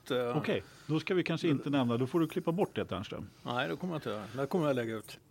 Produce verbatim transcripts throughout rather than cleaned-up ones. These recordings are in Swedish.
Uh, Okej, okay. Då ska vi kanske inte nämna. Då får du klippa bort det, Ternström. Nej, det kommer jag inte göra. Det kommer jag lägga ut.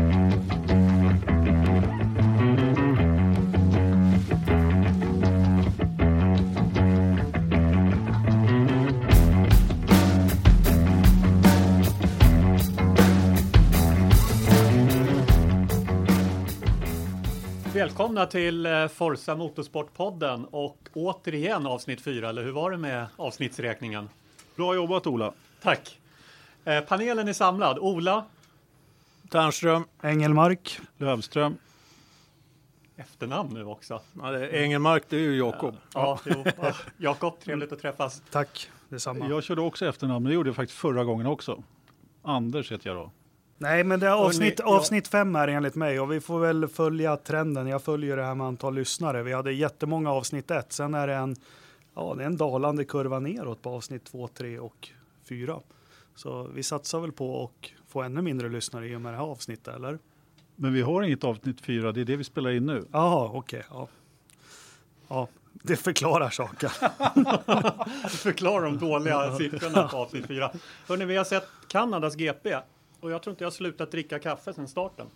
Välkomna till Forza Motorsport-podden och återigen avsnitt fyra, eller hur var det med avsnittsräkningen? Bra jobbat, Ola. Tack. Eh, panelen är samlad. Ola. Ternström. Engelmark. Lövström. Efternamn nu också. Ja, det är Engelmark, det är ju Jakob. Ja, ja, ja. Jakob, trevligt att träffas. Tack, detsamma. Jag körde också efternamn, det gjorde jag faktiskt förra gången också. Anders heter jag då. Nej, men det är avsnitt, Hörrni, avsnitt fem här enligt mig och vi får väl följa trenden. Jag följer det här med antal lyssnare. Vi hade jättemånga avsnitt ett. Sen är det en, ja, det är en dalande kurva neråt på avsnitt två, tre och fyra. Så vi satsar väl på att få ännu mindre lyssnare i och med det här avsnittet, eller? Men vi har inget avsnitt fyra, det är det vi spelar in nu. Jaha, okej. Okay, ja. ja, det förklarar saker. Det förklarar de dåliga siffrorna på avsnitt fyra. Hörrni, vi har sett Kanadas G P. Och jag tror inte jag har slutat dricka kaffe sedan starten.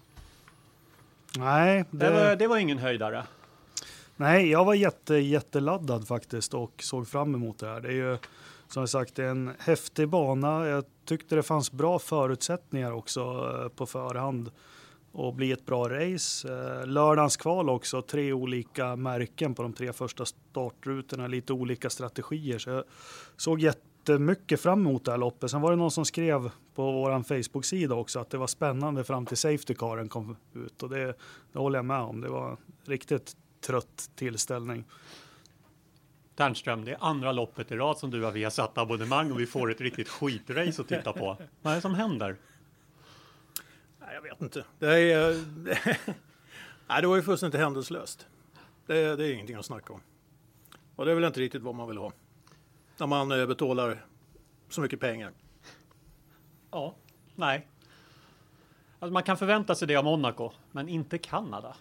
Nej, det... Det, var, det var ingen höjdare. Nej, jag var jätte, jätteladdad faktiskt och såg fram emot det här. Det är ju som sagt en häftig bana. Jag tyckte det fanns bra förutsättningar också på förhand och bli ett bra race. Lördagens kval också, tre olika märken på de tre första startrutorna, lite olika strategier. Så jag såg jätte mycket fram emot det här loppet. Sen var det någon som skrev på våran Facebook-sida också att det var spännande fram till safety caren kom ut. Och det, det håller jag med om. Det var riktigt trött tillställning. Ternström, det är andra loppet i rad som du har via satt abonnemang och vi får ett riktigt skitrace att titta på. Vad är det som händer? Nej, jag vet inte. Det, är, nej, det var ju fullständigt händelselöst. Det, det är ingenting att snacka om. Och det är väl inte riktigt vad man vill ha. När man eh, betalar så mycket pengar. Ja, nej. Alltså man kan förvänta sig det av Monaco, men inte Kanada.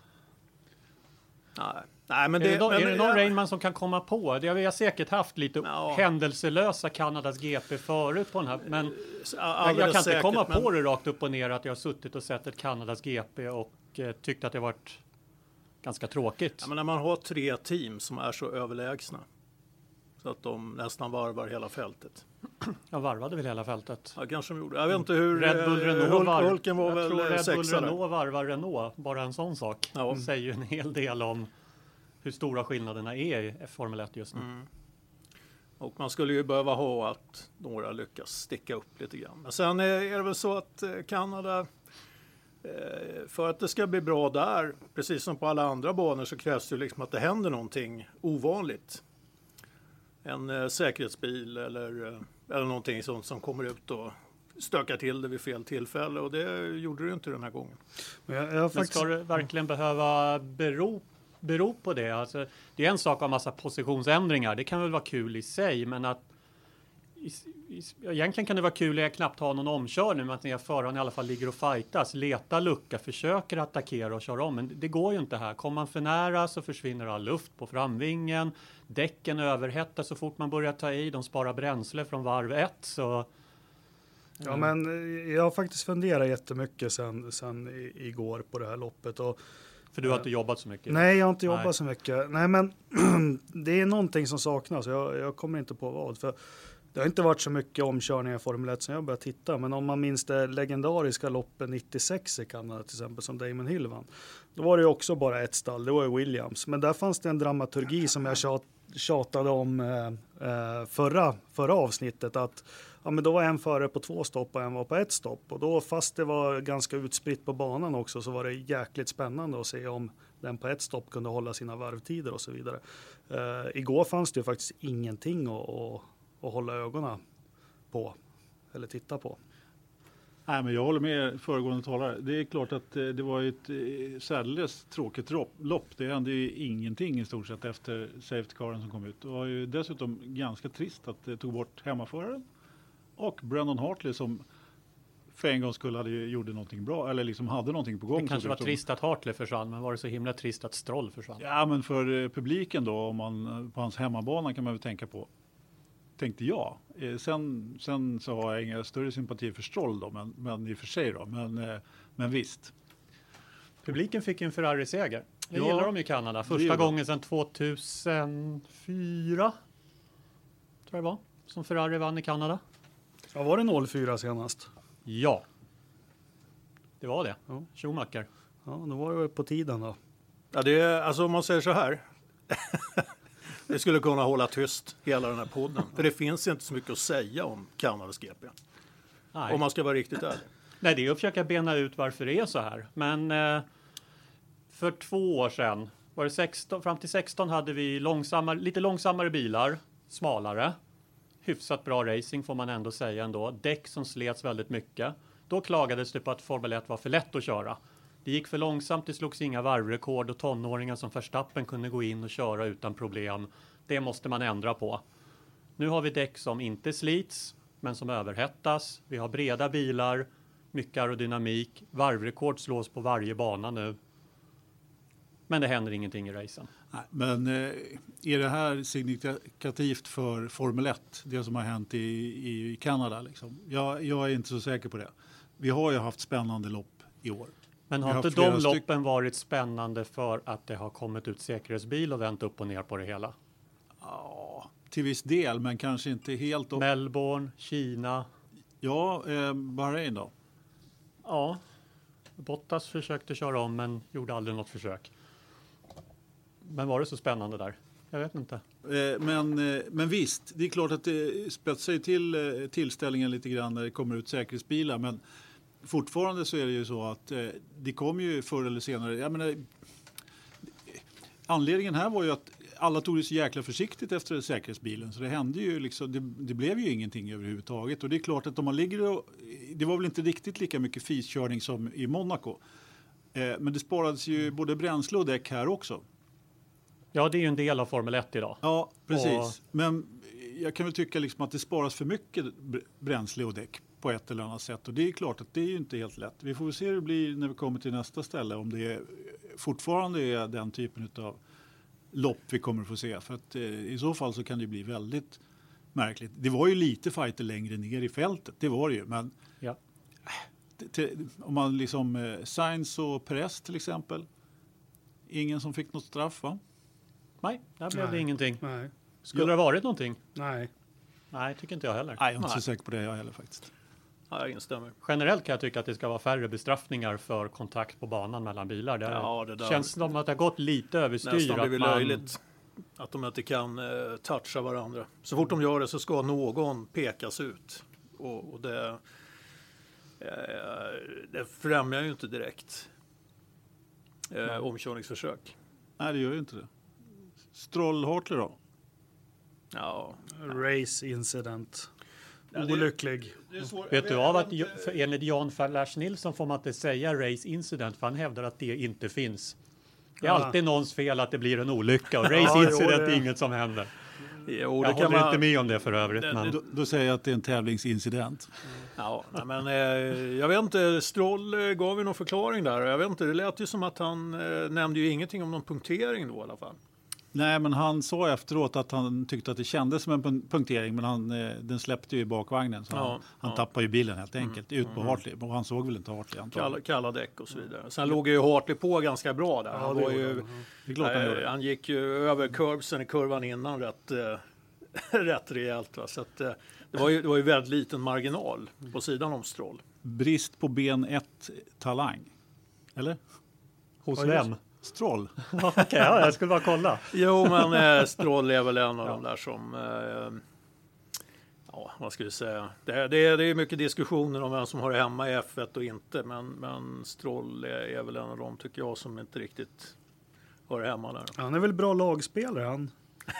Nej, nej men är det... det, då, men, är det någon ja, Rainman som kan komma på? Det har vi säkert haft lite ja. händelselösa Kanadas G P förut på den här. Men jag, jag kan inte säkert, komma men... på det rakt upp och ner att jag har suttit och sett ett Kanadas G P och eh, tyckt att det har varit ganska tråkigt. Ja, men när man har tre team som är så överlägsna så att de nästan varvar hela fältet. Jag varvade väl hela fältet. Ja, kanske de gjorde. Jag vet inte hur... Red Bull Renault Hul- var, Hulken var jag väl tror Red Bull sexa Renault varvar Renault. Bara en sån sak. Ja. Det säger ju en hel del om hur stora skillnaderna är i Formel ett just nu. Mm. Och man skulle ju behöva ha att några lyckas sticka upp lite grann. Men sen är det väl så att Kanada, för att det ska bli bra där, precis som på alla andra banor, så krävs det ju liksom att det händer någonting ovanligt. En eh, säkerhetsbil eller, eller någonting sånt som kommer ut och stökar till det vid fel tillfälle. Och det gjorde det inte den här gången. Men, jag, jag faktiskt... Men ska det verkligen behöva bero, bero på det? Alltså, det är en sak av massa positionsändringar. Det kan väl vara kul i sig, men att i, i, egentligen kan det vara kul att jag knappt ha någon omkörning, men att när föraren i alla fall ligger och fightas, letar lucka, försöker attackera och köra om. Men det går ju inte här. Kommer man för nära så försvinner all luft på framvingen. Däcken överhettar så fort man börjar ta i. De sparar bränsle från varv ett. Så... Ja, men jag har faktiskt funderat jättemycket sen, sen igår på det här loppet. Och, för du har inte jobbat så mycket? Nej, jag har inte jobbat nej. så mycket. Nej, men det är någonting som saknas. Jag, jag kommer inte på vad. För det har inte varit så mycket omkörningar i Formel ett sen jag började titta. Men om man minns det legendariska loppet nittiosex i Kanada till exempel som Damon Hill vann. Då var det ju också bara ett stall, det var ju Williams. Men där fanns det en dramaturgi som jag tjat, tjatade om eh, förra, förra avsnittet. Att ja, men då var en förare på två stopp och en var på ett stopp. Och då fast det var ganska utspritt på banan också så var det jäkligt spännande att se om den på ett stopp kunde hålla sina varvtider och så vidare. Eh, igår fanns det ju faktiskt ingenting att, att, att hålla ögonen på eller titta på. Nej, men jag håller med föregående talare. Det är klart att eh, det var ett eh, särdeles tråkigt lopp. Det hände ju ingenting i stort sett efter safety caren som kom ut. Det var ju dessutom ganska trist att det tog bort hemmaföraren. Och Brandon Hartley som för en gång skulle hade gjorde någonting bra eller liksom hade någonting på gång. Det kanske var trist att Hartley försvann, men var det så himla trist att Stroll försvann? Ja, men för publiken då, om man på hans hemmabana kan man väl tänka på. tänkte jag. Eh, sen, sen så har jag inga större sympati för Stroll då, men, men i och för sig då. Men, eh, men visst. Publiken fick en Ferrari-seger. Det Ja, gillar de i Kanada. Första gången sedan tvåtusenfyra. Tror jag det var. Som Ferrari vann i Kanada. Ja, var det noll fyra senast? Ja. Det var det. Ja. Schumacher. Ja, då var det på tiden då. Ja, det är, alltså om man säger så här. Det skulle kunna hålla tyst hela den här podden. För det finns inte så mycket att säga om Kanadas G P. Nej. Om man ska vara riktigt ärlig. Nej, det är att försöka bena ut varför det är så här. Men eh, för två år sedan, var det sexton, fram till sexton hade vi långsammare, lite långsammare bilar, smalare. Hyfsat bra racing får man ändå säga ändå. Däck som slets väldigt mycket. Då klagades det på att Formel ett var för lätt att köra. Det gick för långsamt, det slogs inga varvrekord och tonåringar som Verstappen kunde gå in och köra utan problem. Det måste man ändra på. Nu har vi däck som inte slits, men som överhettas. Vi har breda bilar, mycket aerodynamik. Varvrekord slås på varje bana nu. Men det händer ingenting i racen. Nej, men eh, är det här signifikativt för Formel ett, det som har hänt i, i Kanada? Liksom? Jag, jag är inte så säker på det. Vi har ju haft spännande lopp i år. Men Vi har inte flera de styck- loppen varit spännande för att det har kommit ut säkerhetsbil och vänt upp och ner på det hela? Ja, till viss del, men kanske inte helt. Och, Melbourne, Kina. ja, eh, Bahrain då. Ja, Bottas försökte köra om men gjorde aldrig något försök. Men var det så spännande där? Jag vet inte. Eh, men, eh, men visst, det är klart att det spetsar ju till eh, tillställningen lite grann när det kommer ut säkerhetsbilar. Men fortfarande så är det ju så att eh, det kommer ju förr eller senare. Jag menar, anledningen här var ju att alla tog det så jäkla försiktigt efter säkerhetsbilen. Så det hände ju liksom, det, det blev ju ingenting överhuvudtaget. Och det är klart att om man ligger och, det var väl inte riktigt lika mycket fiskörning som i Monaco. Eh, men det sparades ju både bränsle och däck här också. Ja, det är ju en del av Formel ett idag. Ja, precis. Och- Men jag kan väl tycka liksom att det sparas för mycket br- bränsle och däck på ett eller annat sätt. Och det är klart att det är ju inte helt lätt. Vi får väl se hur det blir när vi kommer till nästa ställe. Om det är, fortfarande är den typen av lopp vi kommer att få se. För att eh, i så fall så kan det bli väldigt märkligt. Det var ju lite fighter längre ner i fältet. Det var det ju. Men Ja. det, till, om man liksom eh, Sainz och Perez till exempel. Ingen som fick något straff, va? Nej, där blev det Nej. ingenting. Nej. Skulle det ha varit någonting? Nej. Nej, tycker inte jag heller. Nej, jag är inte Nej. så säker på det jag heller faktiskt. Ja, jag instämmer. Generellt kan jag tycka att det ska vara färre bestraffningar för kontakt på banan mellan bilar. Det, Ja, det där- känns som att det har gått lite överstyr. Nästan att blivit man- löjligt att de inte kan eh, toucha varandra. Så fort de gör det så ska någon pekas ut. Och, och det, eh, det främjar ju inte direkt eh, omkörningsförsök. Nej, det gör ju inte det. Stroll Hartley då? Ja, Race incident. Ja, det- Olycklig. det är svårt. Vet du av att ju- för enligt Jan Fallers Nilsson får man inte säga race incident för han hävdar att det inte finns. Det är Ja. alltid någons fel att det blir en olycka och race Ja, jo, incident det- är inget som händer. Jo, Jag det kan håller man... inte med om det för övrigt. Det- Men... Då, då säger jag att det är en tävlingsincident. Ja, nej, men eh, jag vet inte, Stroll eh, gav ju någon förklaring där. Jag vet inte, det lät ju som att han eh, nämnde ju ingenting om någon punktering då i alla fall. Nej, men han sa efteråt att han tyckte att det kändes som en pun- punktering, men han, eh, den släppte ju i bakvagnen. Så Ja, han, han ja. tappade ju bilen helt enkelt ut på Hartley. Och han såg väl inte Hartley antagligen. Kalla, kalla däck och så vidare. Sen låg ju Hartley på ganska bra där. Ja, Han, det var gjorde ju, han. Det är klart han eh, gjorde. han gick ju över curbsen i kurvan innan rätt, eh, rätt rejält. Va? Så att, eh, det, var ju, det var ju väldigt liten marginal på sidan om Stroll. Brist på ben ett talang. Eller? Hos Ja, vem? Stroll. Ja, okej, ja, jag skulle bara kolla. Jo, men eh, Stroll är väl en av de där som... Eh, ja, vad ska vi säga? Det, det, det är mycket diskussioner om vem som har det hemma i F ett och inte. Men, men Stroll är, är väl en av dem, tycker jag, som inte riktigt hör hemma där. Han är väl bra lagspelare han.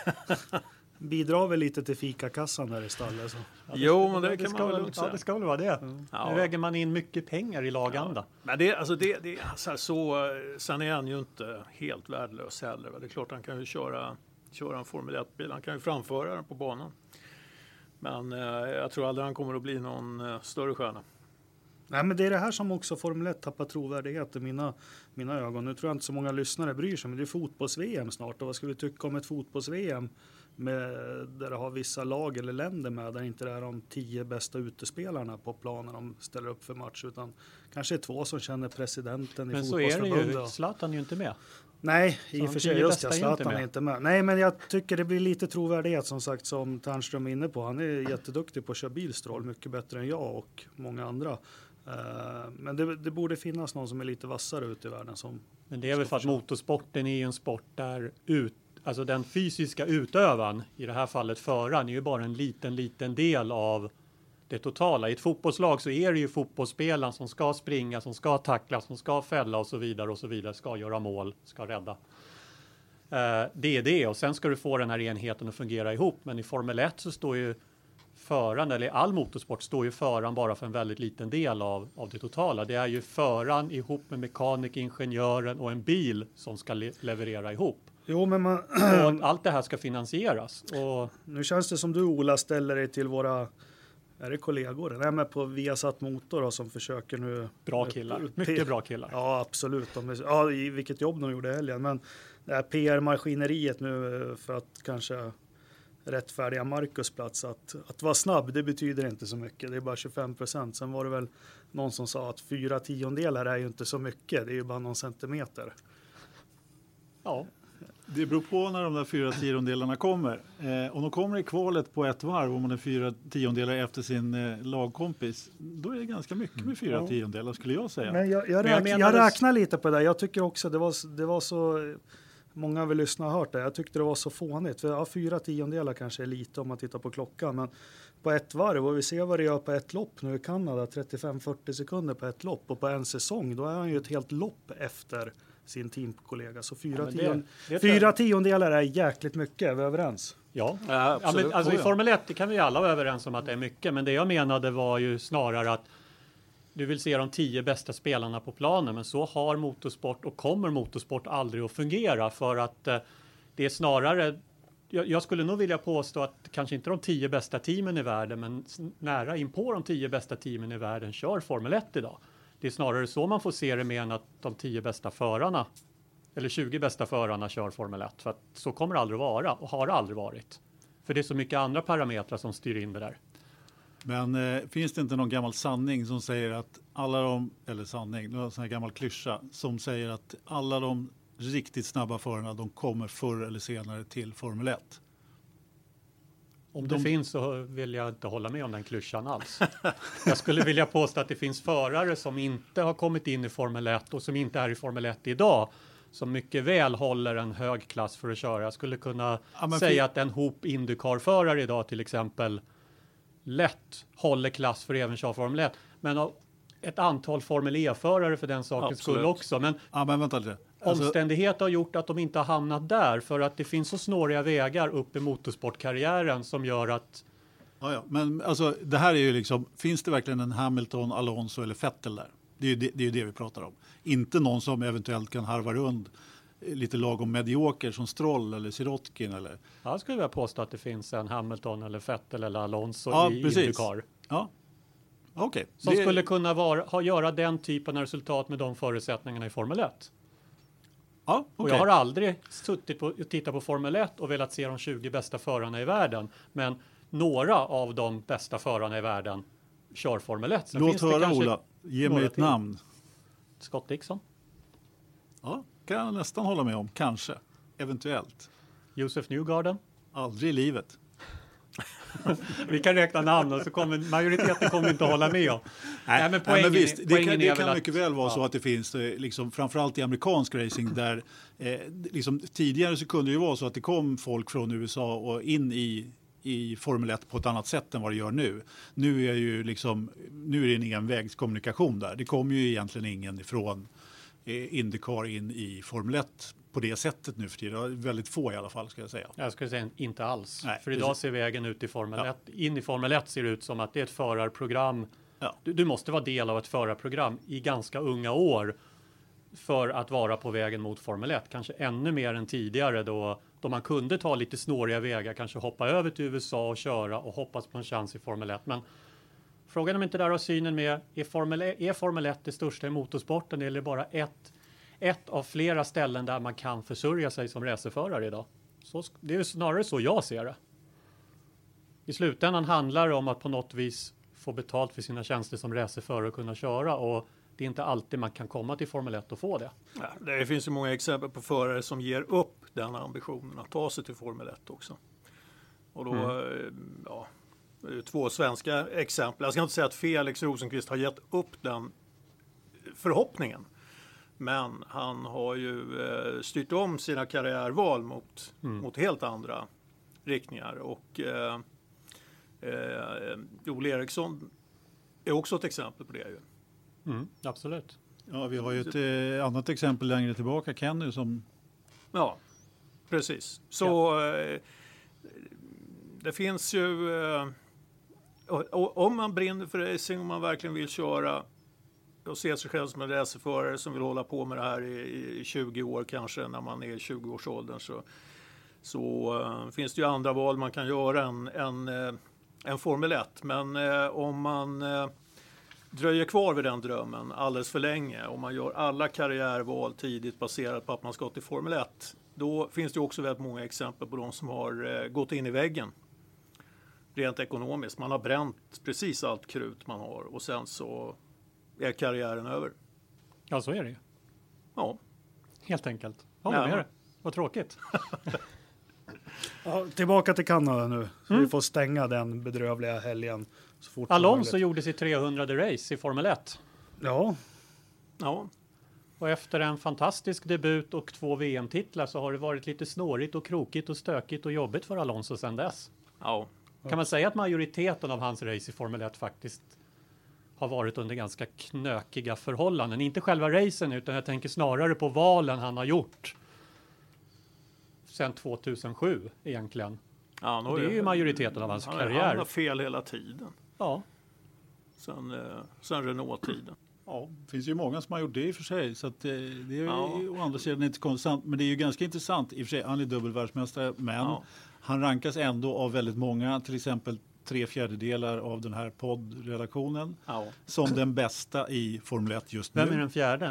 Bidrar väl lite till fikakassan där i stallet. Så. Jo, men det, kan ska man väl väl, lugnt ja, säga. det ska väl vara det. Ja. Nu väger man in mycket pengar i laganda. Men det, alltså det, det är så, här, så... Sen är han ju inte helt värdelös heller. Va? Det är klart han kan ju köra, köra en Formel ett-bil. Han kan ju framföra den på banan. Men eh, jag tror aldrig han kommer att bli någon eh, större stjärna. Nej, men det är det här som också Formel ett tappar trovärdighet i mina, mina ögon. Nu tror jag inte så många lyssnare bryr sig, men det är fotbolls-V M snart. Och vad ska vi tycka om ett fotbolls-V M med, där det har vissa lag eller länder med, där inte det är de tio bästa utespelarna på planen de ställer upp för match, utan kanske är två som känner presidenten i men så är det fotbollsförbundet. ju, Zlatan är ju inte med. Nej, i Så och för de sig, tio just bästa det, är Zlatan inte med. är inte med. Nej, men jag tycker det blir lite trovärdighet som sagt, som Ternström är inne på. Han är jätteduktig på att köra bilstrål, mycket bättre än jag och många andra. Uh, men det, det borde finnas någon som är lite vassare ute i världen. Som Men det är väl för att försöka. motorsporten är ju en sport där ut, alltså den fysiska utövaren, i det här fallet föraren, är ju bara en liten, liten del av det totala. I ett fotbollslag så är det ju fotbollsspelaren som ska springa, som ska tackla, som ska fälla och så vidare och så vidare, ska göra mål, ska rädda. Uh, det är det, och sen ska du få den här enheten att fungera ihop. Men i Formel ett så står ju föraren, eller i all motorsport står ju föraren bara för en väldigt liten del av, av det totala. Det är ju föraren ihop med mekanik, ingenjören och en bil som ska le- leverera ihop. Jo, men man, Och allt det här ska finansieras. Och nu känns det som du, Ola, ställer dig till våra, är det kollegor? Nej, men på Viasat Motor då, som försöker nu. bra killar, mycket bra killar. Ja, absolut. De är, ja, i vilket jobb de gjorde i helgen. Men det här P R-maskineriet nu för att kanske rättfärdiga Marcus plats. Att, att vara snabb, det betyder inte så mycket. Det är bara tjugofem procent. Sen var det väl någon som sa att fyra tiondelar är ju inte så mycket. Det är ju bara någon centimeter. Ja, Det beror på när de där fyra tiondelarna kommer. Eh, om de kommer i kvalet på ett varv, om man är fyra tiondelar efter sin eh, lagkompis, då är det ganska mycket med fyra Ja. tiondelar skulle jag säga. Men jag, jag, Men jag räk, jag, menade- räknar lite på det där. Jag tycker också det var, det var så. Många vill lyssna och hört det. Jag tyckte det var så fånigt. För ja, fyra tiondelar kanske är lite om man tittar på klockan. Men på ett varv, och vi ser vad det gör på ett lopp nu i Kanada. trettiofem till fyrtio sekunder på ett lopp. Och på en säsong, då är han ju ett helt lopp efter sin teamkollega. Så fyra, Ja, men det- tion, det tror jag- fyra tiondelar är jäkligt mycket. Är vi överens? ja. Ja, Ja, absolut. men, alltså, I Oh, ja. Formel ett det kan vi alla vara överens om att det är mycket. Men det jag menade var ju snarare att du vill se de tio bästa spelarna på planen. Men så har motorsport och kommer motorsport aldrig att fungera. För att eh, det är snarare, jag, jag skulle nog vilja påstå att kanske inte de tio bästa teamen i världen, men s- nära in på de tio bästa teamen i världen kör Formel ett idag. Det är snarare så man får se det mer än att de tio bästa förarna, eller tjugo bästa förarna kör Formel ett. För att så kommer det aldrig vara och har aldrig varit. För det är så mycket andra parametrar som styr in det där. Men eh, finns det inte någon gammal sanning som säger att alla de, eller sanning, någon sån här gammal klyscha som säger att alla de riktigt snabba förarna, de kommer förr eller senare till Formel ett? Om De- det finns så vill jag inte hålla med om den klyschan alls. Jag skulle vilja påstå att det finns förare som inte har kommit in i Formel ett och som inte är i Formel ett idag, som mycket väl håller en hög klass för att köra. Jag skulle kunna Ja, men säga för- att en hop Indycar-förare idag till exempel lätt håller klass för att även köra Formel ett. Men av ett antal Formel E-förare för den sakens Absolut. skull också. Men Ja, men vänta lite. Alltså, omständigheter har gjort att de inte har hamnat där för att det finns så snåriga vägar upp i motorsportkarriären som gör att ja, ja, men alltså, det här är ju liksom, finns det verkligen en Hamilton, Alonso eller Vettel där? Det är ju det, det, är ju det vi pratar om. Inte någon som eventuellt kan harva runt eh, lite lagom medioker som Stroll eller Sirotkin eller... jag skulle vilja påstå att det finns en Hamilton eller Vettel eller Alonso Ja, i precis. Indycar. Ja, okej. Som Det- skulle kunna vara, ha, göra den typen av resultat med de förutsättningarna i Formel ett. Ja, Och okej. jag har aldrig suttit på, och tittat på Formel ett och velat se de tjugo bästa förarna i världen. Men några av de bästa förarna i världen kör Formel ett. Sen Låt finns det höra, kanske Ola. Ge mig några ett till. namn. Scott Dixon, Ja, kan jag nästan hålla med om. Kanske. Eventuellt. Josef Newgarden. Aldrig i livet. Vi kan räkna namn och så kommer majoriteten kommer inte att hålla med om. Nej, men poängen, Nej, men visst, är- det poängen kan, är det väl kan att- mycket väl vara ja. så att det finns, eh, liksom, framförallt i amerikansk racing, där eh, liksom, tidigare så kunde det ju vara så att det kom folk från U S A och in i, i Formel ett på ett annat sätt än vad det gör nu. Nu är, ju liksom, nu är det en envägskommunikation där. Det kommer ju egentligen ingen ifrån eh, Indycar in i Formel ett på det sättet nu för tiden. Väldigt få i alla fall, ska jag säga. Jag skulle säga inte alls. Nej, för idag precis. ser vägen ut i Formel Ja. ett. In i Formel ett ser det ut som att det är ett förarprogram. Ja. Du, du måste vara del av ett förarprogram i ganska unga år för att vara på vägen mot Formel ett. Kanske ännu mer än tidigare då, då man kunde ta lite snåriga vägar, kanske hoppa över till U S A och köra och hoppas på en chans i Formel ett. Men frågan om inte där har synen med, är Formel, är Formel ett det största i motorsporten eller bara ett, ett av flera ställen där man kan försörja sig som racerförare idag? Så, det är snarare så jag ser det. I slutändan handlar det om att på något vis få betalt för sina tjänster som racerförare och kunna köra. Och det är inte alltid man kan komma till Formel ett och få det. Ja, det finns ju många exempel på förare som ger upp den ambitionen att ta sig till Formel ett också. Och då, mm. ja, det är två svenska exempel. Jag ska inte säga att Felix Rosenqvist har gett upp den förhoppningen. Men han har ju eh, styrt om sina karriärval mot, mm. mot helt andra riktningar. Och eh, eh, Joel Eriksson är också ett exempel på det ju. Mm, absolut. Ja, vi har ju ett eh, annat exempel längre tillbaka, Kenny, som... Ja, precis. Så ja. eh, det finns ju... Eh, om man brinner för racing, om man verkligen vill köra och ser sig själv som en racerförare som vill hålla på med det här i, i tjugo år kanske, när man är i tjugo-årsåldern, så, så uh, finns det ju andra val man kan göra än, än, uh, än Formel ett. Men uh, om man uh, dröjer kvar vid den drömmen alldeles för länge, om man gör alla karriärval tidigt baserat på att man ska till Formel ett, då finns det också väldigt många exempel på de som har uh, gått in i väggen rent ekonomiskt. Man har bränt precis allt krut man har och sen så är karriären över. Ja, så är det ju. Ja. Helt enkelt. Håller med det. Vad tråkigt. Ja, tillbaka till Kanada nu. Så Mm. vi får stänga den bedrövliga helgen så fort Alonso gjorde sitt trehundrade race i Formel ett. Ja. Ja. Och efter en fantastisk debut och två V M-titlar så har det varit lite snårigt och krokigt och stökigt och jobbigt för Alonso sedan dess. Ja. Kan man säga att majoriteten av hans race i Formel ett faktiskt har varit under ganska knökiga förhållanden? Inte själva racen, utan jag tänker snarare på valen han har gjort sedan tvåtusensju egentligen. Ja, det är ju majoriteten av hans han, karriär. Han har fel hela tiden. Ja. Sen, eh, sen Renault-tiden. Ja, det finns ju många som har gjort det i och för sig. Så att, eh, det är ja. ju å andra sidan inte konstant. Men det är ju ganska intressant. I och för sig, han är dubbelvärldsmästare. Men Ja. han rankas ändå av väldigt många. Till exempel tre fjärdedelar av den här poddredaktionen. Ja. Som den bästa i Formel ett just nu. Vem är den fjärde?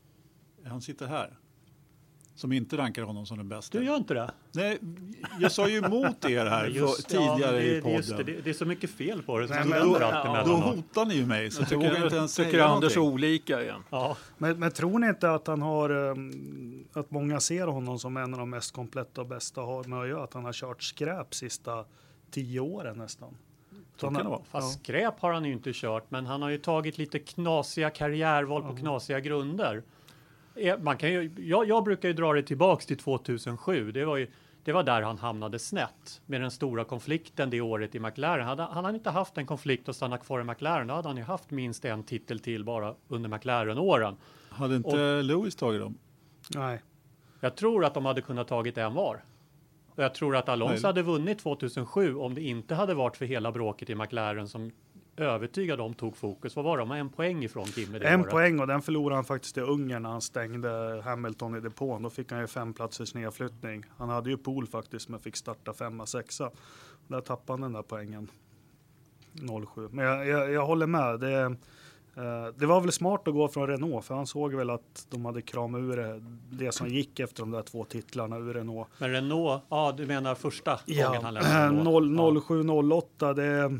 Han sitter här. Som inte rankar honom som den bästa. Du gör inte det? Nej, jag sa ju emot er här Just, för, tidigare ja, det, i podden. just det, det, det är så mycket fel på det. Så Nej, man men vänder då- alltid ja, mellan Då och- hotar ni ju mig. Så jag Jag vågar tycker, inte ens tycker säga Anders någonting. olika igen. Ja. Men, men tror ni inte att han har um, att många ser honom som en av de mest kompletta och bästa har med att göra att han har kört skräp sista tio åren nästan? Så kan det vara. Fast skräp har han ju inte kört, men han har ju tagit lite knasiga karriärval på knasiga grunder. Eh, Man kan ju, jag, jag brukar ju dra det tillbaks till tvåtusensju. Det var ju det var där han hamnade snett med den stora konflikten det året i McLaren. Hade, han hade inte haft en konflikt och stannat kvar i McLaren, då hade han ju haft minst en titel till bara under McLaren-åren. Hade inte Lewis tagit dem? Nej. Jag tror att de hade kunnat tagit en var. Och jag tror att Alonso Nej. hade vunnit tvåtusensju om det inte hade varit för hela bråket i McLaren som övertygade om tog fokus. Vad var de? En poäng ifrån Kimi det En året. poäng, och den förlorade han faktiskt i Ungern när han stängde Hamilton i depån. Då fick han ju fem platsers nedflyttning. Han hade ju pool faktiskt, men fick starta femma, sexa. Där tappade han den där poängen. noll sju. Men jag, jag, jag håller med. Det, eh, det var väl smart att gå från Renault, för han såg väl att de hade kramat ur det, det som gick efter de där två titlarna ur Renault. Men Renault, ja du menar första gången han Ja, lämnade Renault. noll sju noll åtta, det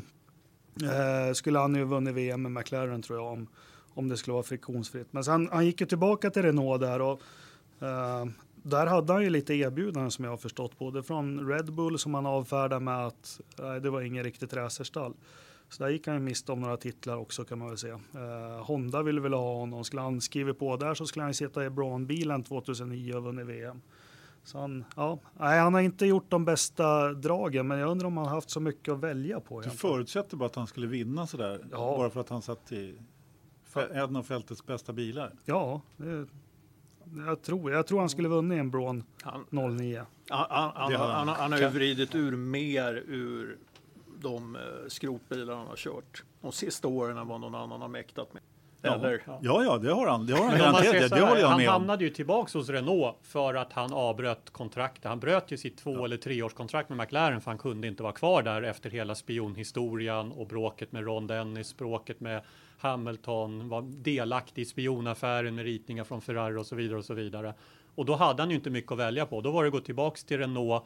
eh, skulle han ju vunnit V M med McLaren tror jag, om, om det skulle vara friktionsfritt. Men sen, han gick ju tillbaka till Renault där, och eh, där hade han ju lite erbjudanden som jag har förstått, både från Red Bull som han avfärdade med att nej, det var ingen riktigt racerstall. Så där gick han ju miste om några titlar också, kan man väl säga. Eh, Honda ville väl ha honom. Skulle han skriva på där så skulle han sitta i Braun-bilen tjugohundranio och vunnit V M. Så han, ja, nej, han har inte gjort de bästa dragen, men jag undrar om han har haft så mycket att välja på. Du egentligen. förutsätter bara att han skulle vinna sådär. Ja. Bara för att han satt i fe- en av fältets bästa bilar. Ja, det, jag, tror, jag tror han skulle vunnit en Braun Han, noll nio. han, han, han, Det har han, han. han har ju vridit ur mer ur de eh, skrotbilar han har kört de sista åren än vad någon annan har mäktat med. Ja. Eller? Ja. Ja, ja, det har han. Det har han Men om man garanterat. säger Det, så det här, håller jag han med om. hamnade ju tillbaks hos Renault för att han avbröt kontraktet. Han bröt ju sitt två eller treårskontrakt med McLaren för han kunde inte vara kvar där efter hela spionhistorien och bråket med Ron Dennis, bråket med Hamilton, var delaktig i spionaffären med ritningar från Ferrari och så vidare och så vidare. Och då hade han ju inte mycket att välja på. Då var det att gå tillbaka till Renault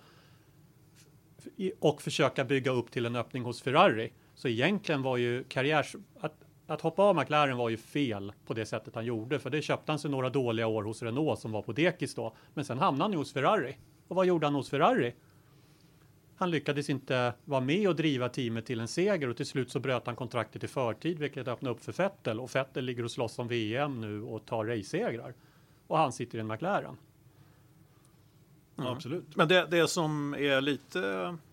och försöka bygga upp till en öppning hos Ferrari. Så egentligen var ju karriärs... Att, att hoppa av McLaren var ju fel på det sättet han gjorde. För det köpte han sig några dåliga år hos Renault som var på dekis då. Men sen hamnade han ju hos Ferrari. Och vad gjorde han hos Ferrari? Han lyckades inte vara med och driva teamet till en seger. Och till slut så bröt han kontraktet i förtid. Vilket öppnade upp för Vettel. Och Vettel ligger och slåss om V M nu och tar race-segrar. Och han sitter i en McLaren. Mm. Absolut. Men det, det som är lite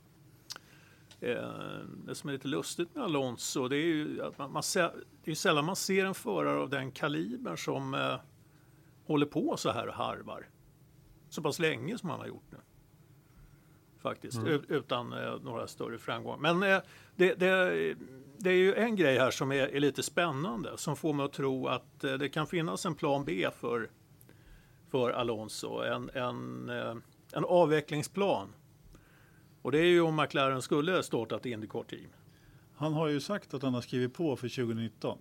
eh, det som är lite lustigt med Alonso, det är ju att man, man ser, det är sällan man ser en förare av den kalibern som eh, håller på så här och harvar så pass länge som han har gjort nu. Faktiskt, mm. utan eh, några större framgångar. Men eh, det, det, det är ju en grej här som är, är lite spännande, som får mig att tro att eh, det kan finnas en plan B för för Alonso, en, en, en avvecklingsplan. Och det är ju om McLaren skulle starta ett IndyCar-team. Han har ju sagt att han har skrivit på för tjugonitton.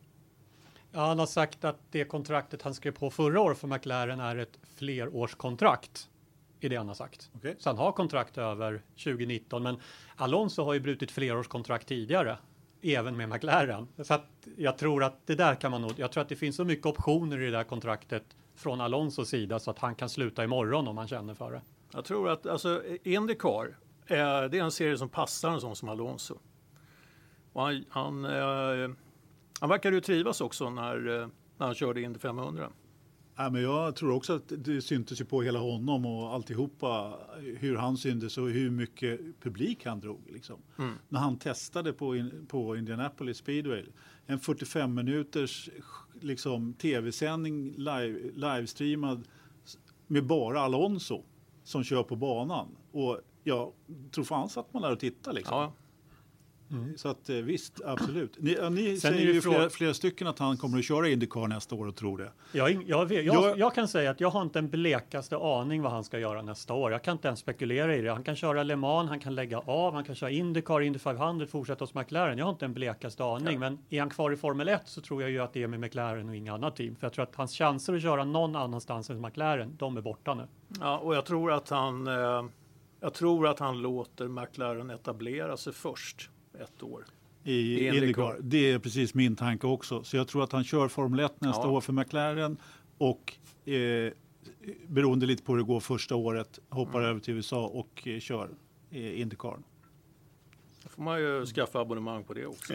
Ja, han har sagt att det kontraktet han skrev på förra året för McLaren är ett flerårskontrakt. Är det han har sagt. Okay. Så han har kontrakt över tjugonitton. Men Alonso har ju brutit flerårskontrakt tidigare. Även med McLaren. Så att jag tror att det där kan man nog... Jag tror att det finns så mycket optioner i det där kontraktet från Alonsos sida så att han kan sluta imorgon om han känner för det. Jag tror att alltså, IndyCar är, det är en serie som passar en sån som Alonso. Och han, han, eh, han verkar ju trivas också när, när han körde Indy femhundra. Ja, men jag tror också att det syntes ju på hela honom och alltihopa hur han syntes och hur mycket publik han drog. Liksom. Mm. När han testade på, in, på Indianapolis Speedway. En fyrtiofem minuters liksom, tv-sändning live, livestreamad med bara Alonso som kör på banan. Och jag tror fan att man lär att titta liksom. Ja. Mm. Så att visst, absolut. Ni, ni säger ju flera, fråga... flera stycken att han kommer att köra IndyCar nästa år och tror det. Jag, jag, vet, jag, jag, jag kan säga att jag har inte en blekaste aning vad han ska göra nästa år. Jag kan inte ens spekulera i det. Han kan köra Le Mans, han kan lägga av, han kan köra IndyCar, Indy femhundra, fortsätta hos McLaren. Jag har inte en blekaste aning. Ja. Men är han kvar i Formel ett så tror jag ju att det är med McLaren och inga annat team. För jag tror att hans chanser att köra någon annanstans än McLaren, de är borta nu. Ja, och jag tror att han, eh, jag tror att han låter McLaren etablera sig först. Ett år. I, I IndyCar. Det är precis min tanke också. Så jag tror att han kör Formel ett nästa ja. år för McLaren och eh, beroende lite på hur det går första året hoppar mm. över till U S A och eh, kör eh, IndyCar. Då får man ju skaffa abonnemang på det också.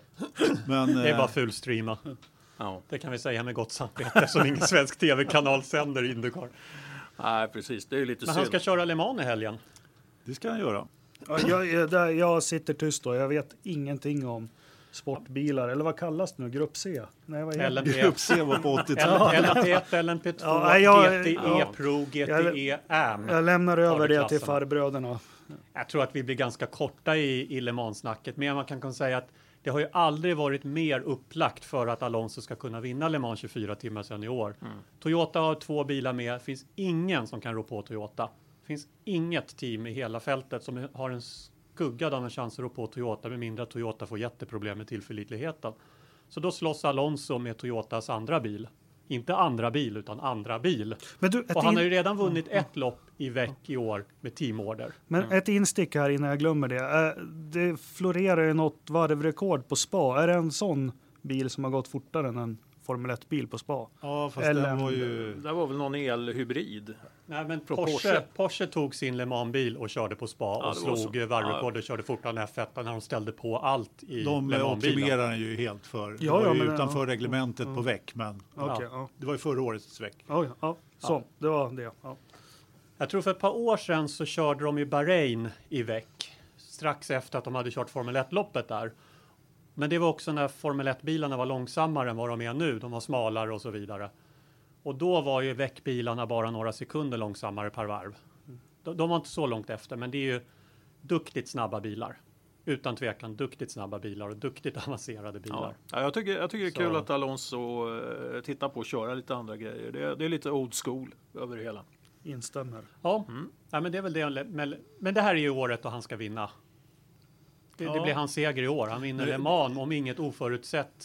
Men, det är eh, bara fullstreama. Ja. Det kan vi säga med gott samvete som ingen svensk tv-kanal sänder IndyCar. Nej, precis. Det är lite Men synd. han ska köra Le Mans i helgen. Det ska han göra. Ja, jag, jag, där, jag sitter tyst då. Jag vet ingenting om sportbilar. Eller vad kallas det nu? Grupp C? Nej, vad L M P. Grupp C var på åttiotalet. L M P ett, L M P två, ja, jag, G T E ja. Pro, G T E Am. Jag lämnar över det till farbröderna. Jag tror att vi blir ganska korta i, i Le Mans-snacket. Men man kan, kan säga att det har ju aldrig varit mer upplagt för att Alonso ska kunna vinna Le Mans tjugofyra timmar sedan i år. Mm. Toyota har två bilar med. Det finns ingen som kan rå på Toyota. Det finns inget team i hela fältet som har en skugga av en chans att rå på Toyota med mindre att Toyota får jätteproblem med tillförlitligheten. Så då slåss Alonso med Toyotas andra bil. Inte andra bil utan andra bil. Men du, och han in... har ju redan vunnit mm. ett lopp i veck i år med teamorder. Men mm. ett instick här innan jag glömmer det. Det florerar ju något varvrekord på Spa. Är det en sån bil som har gått fortare än en Formel ett-bil på Spa? Ja, fast Eller, den var ju... Det var väl någon elhybrid. Nej, men Porsche, Porsche. Porsche tog sin Le Mans-bil och körde på Spa ja, och slog varvrekord ja. och körde fortare än F ett när de ställde på allt i de Le Mans-bilen. De optimerar ju helt för. Ja, det var ja, ju men, utanför ja, reglementet ja, på väck, men okay, ja. det var ju förra årets väck. Ja, ja, så, ja. det var det. Ja. Jag tror för ett par år sedan så körde de i Bahrain i väck. Strax efter att de hade kört Formel ett-loppet där. Men det var också när Formel ett-bilarna var långsammare än vad de är nu. De var smalare och så vidare. Och då var ju väckbilarna bara några sekunder långsammare per varv. De, de var inte så långt efter, men det är ju duktigt snabba bilar. Utan tvekan duktigt snabba bilar och duktigt avancerade bilar. Ja, jag, tycker, jag tycker det är så. Kul att Alonso uh, tittar på att köra lite andra grejer. Det, det är lite old school över det hela. Instämmer. Ja, mm. ja men det är väl det. Men, men det här är ju året då han ska vinna. Det, ja. det blir hans seger i år. Han vinner Le Mans om inget oförutsett. Det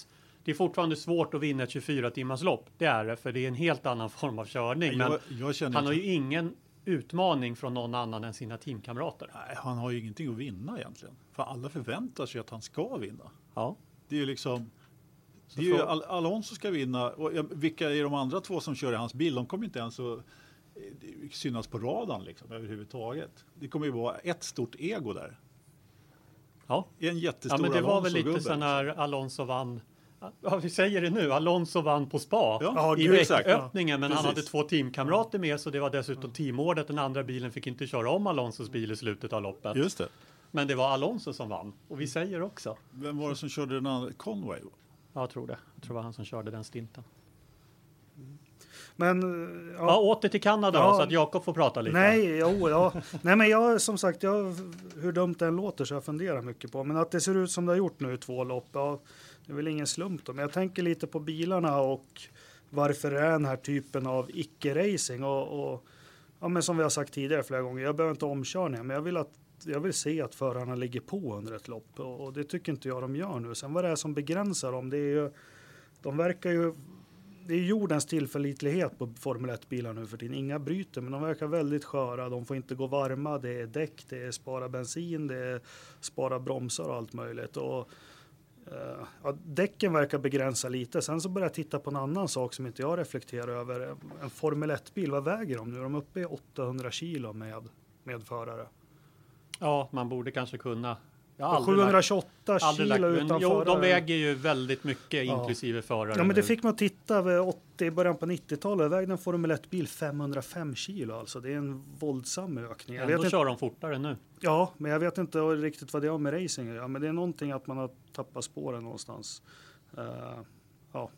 det är fortfarande svårt att vinna ett tjugofyra timmars lopp. Det är det, för det är en helt annan form av körning. Men jag, jag känner han har inte... ju ingen utmaning från någon annan än sina teamkamrater. Nej, han har ju ingenting att vinna egentligen. För alla förväntar sig att han ska vinna. Ja. Det är ju liksom... Det är ju Al- Alonso ska vinna. Och vilka är de andra två som kör i hans bil? De kommer inte ens att synas på radarn liksom, överhuvudtaget. Det kommer ju vara ett stort ego där. Ja, en jättestor ja men det var väl lite Alonso-gubbe, så när Alonso vann. Ja, vi säger det nu. Alonso vann på spa Ja, i gud, exakt. vecköppningen, men Precis. han hade två teamkamrater med, så det var dessutom teamordet. Den andra bilen fick inte köra om Alonsos bil i slutet av loppet. Just det. Men det var Alonso som vann. Och vi säger också. Vem var det som körde den andra? Conway? Ja, jag tror det. Jag tror det var han som körde den stinten. Men Ja, ja, åter till Kanada Ja. då, så att Jakob får prata lite. nej, jo, ja. nej, men jag som sagt, jag, hur dumt det än låter så jag funderar mycket på. Men att det ser ut som det har gjort nu i två lopp, ja, det är väl ingen slump då. Men jag tänker lite på bilarna och varför det är den här typen av icke-racing. Och, och ja, men som vi har sagt tidigare flera gånger, jag behöver inte omkörningar, men jag vill att jag vill se att förarna ligger på under ett lopp, och, och det tycker inte jag de gör nu. Sen vad det är som begränsar dem, det är ju, de verkar ju, det är jordens tillförlitlighet på Formel ett-bilar nu för tiden. Inga bryter, men de verkar väldigt sköra. De får inte gå varma, det är däck, det är spara bensin, det är spara bromsar och allt möjligt. Och, uh, ja, däcken verkar begränsa lite. Sen så börjar jag titta på en annan sak som inte jag reflekterar över. En Formel ett-bil, vad väger de nu? De är uppe i åttahundra kilo med, med förare. Ja, man borde kanske kunna. Jag har aldrig sjuhundratjugoåtta lagt- aldrig kilo lagt- men utan Jo, förare. de väger ju väldigt mycket, Ja. inklusive förare. Ja, men det nu. fick man titta vid åttio, i början på nittiotalet. Vägde en Formel ett-bil femhundrafem kilo. Alltså det är en våldsam ökning. Jag Ändå vet inte, kör de fortare nu. ja, men jag vet inte riktigt vad det har med racing att göra. Men det är någonting att man har tappat spåren någonstans. Uh, ja.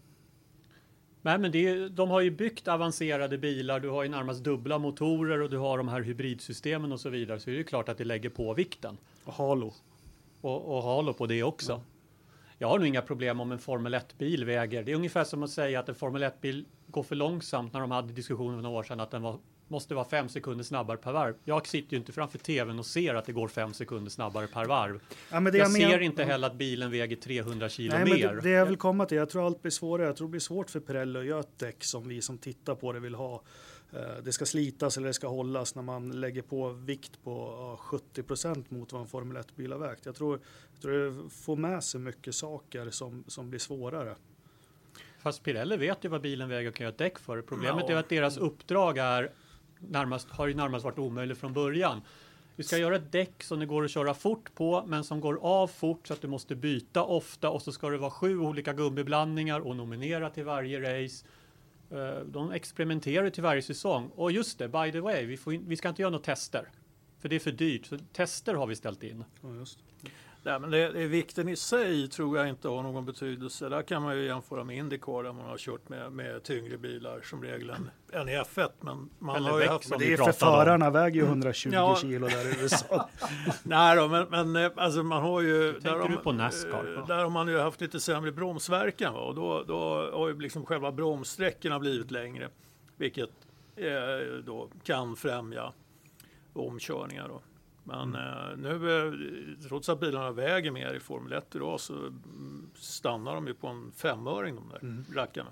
Nej, men det är, de har ju byggt avancerade bilar. Du har ju närmast dubbla motorer och du har de här hybridsystemen och så vidare. Så det är ju klart att det lägger på vikten. Och halo. Och, och halo på det också. Ja. Jag har nog inga problem om en Formel ett-bil väger. Det är ungefär som att säga att en Formel ett-bil går för långsamt, när de hade diskussioner för några år sedan att den var, måste vara fem sekunder snabbare per varv. Jag sitter ju inte framför tvn och ser att det går fem sekunder snabbare per varv. Ja, men det jag, jag ser men- inte heller att bilen väger trehundra kilo Nej, men mer. det, det jag vill komma till, jag tror allt blir svårare. Jag tror det blir svårt för Pirelli att göra ett däck som vi som tittar på det vill ha. Eh, Det ska slitas eller det ska hållas när man lägger på vikt på ja, sjuttio procent mot vad en Formel ett-bil har vägt. Jag tror, jag tror det får med sig mycket saker som, som blir svårare. Fast Pirelli vet ju vad bilen väger och kan göra ett däck för. Problemet Ja. är att deras uppdrag är närmast, har ju närmast varit omöjligt från början. Du ska göra ett däck som det går att köra fort på, men som går av fort så att du måste byta ofta, och så ska det vara sju olika gummiblandningar och nominera till varje race. Eh, De experimenterar till varje säsong. Och just det, by the way, vi, får in, vi ska inte göra några tester. För det är för dyrt. Så tester har vi ställt in. Ja, just. Nej, men det, det, vikten i sig tror jag inte har någon betydelse. Där kan man ju jämföra med Indycar där man har kört med, med tyngre bilar som regel än, än i F ett. Men man Eller har ju däck haft... som Det vi är för pratade om. förarna väger ju hundratjugo Ja. kilo där i U S A. Nej då, men, men eh, alltså man har ju... Tänker där har du man- på NASCAR? eh, Där har man ju haft lite sämre bromsverkan. Va? Och då, då har ju liksom själva bromssträckorna blivit längre. Vilket eh, då kan främja omkörningar. Då. Men eh, nu, eh, trots att bilarna väger mer i Formel ett idag, så mm, stannar de ju på en femöring de där Mm. rackarna.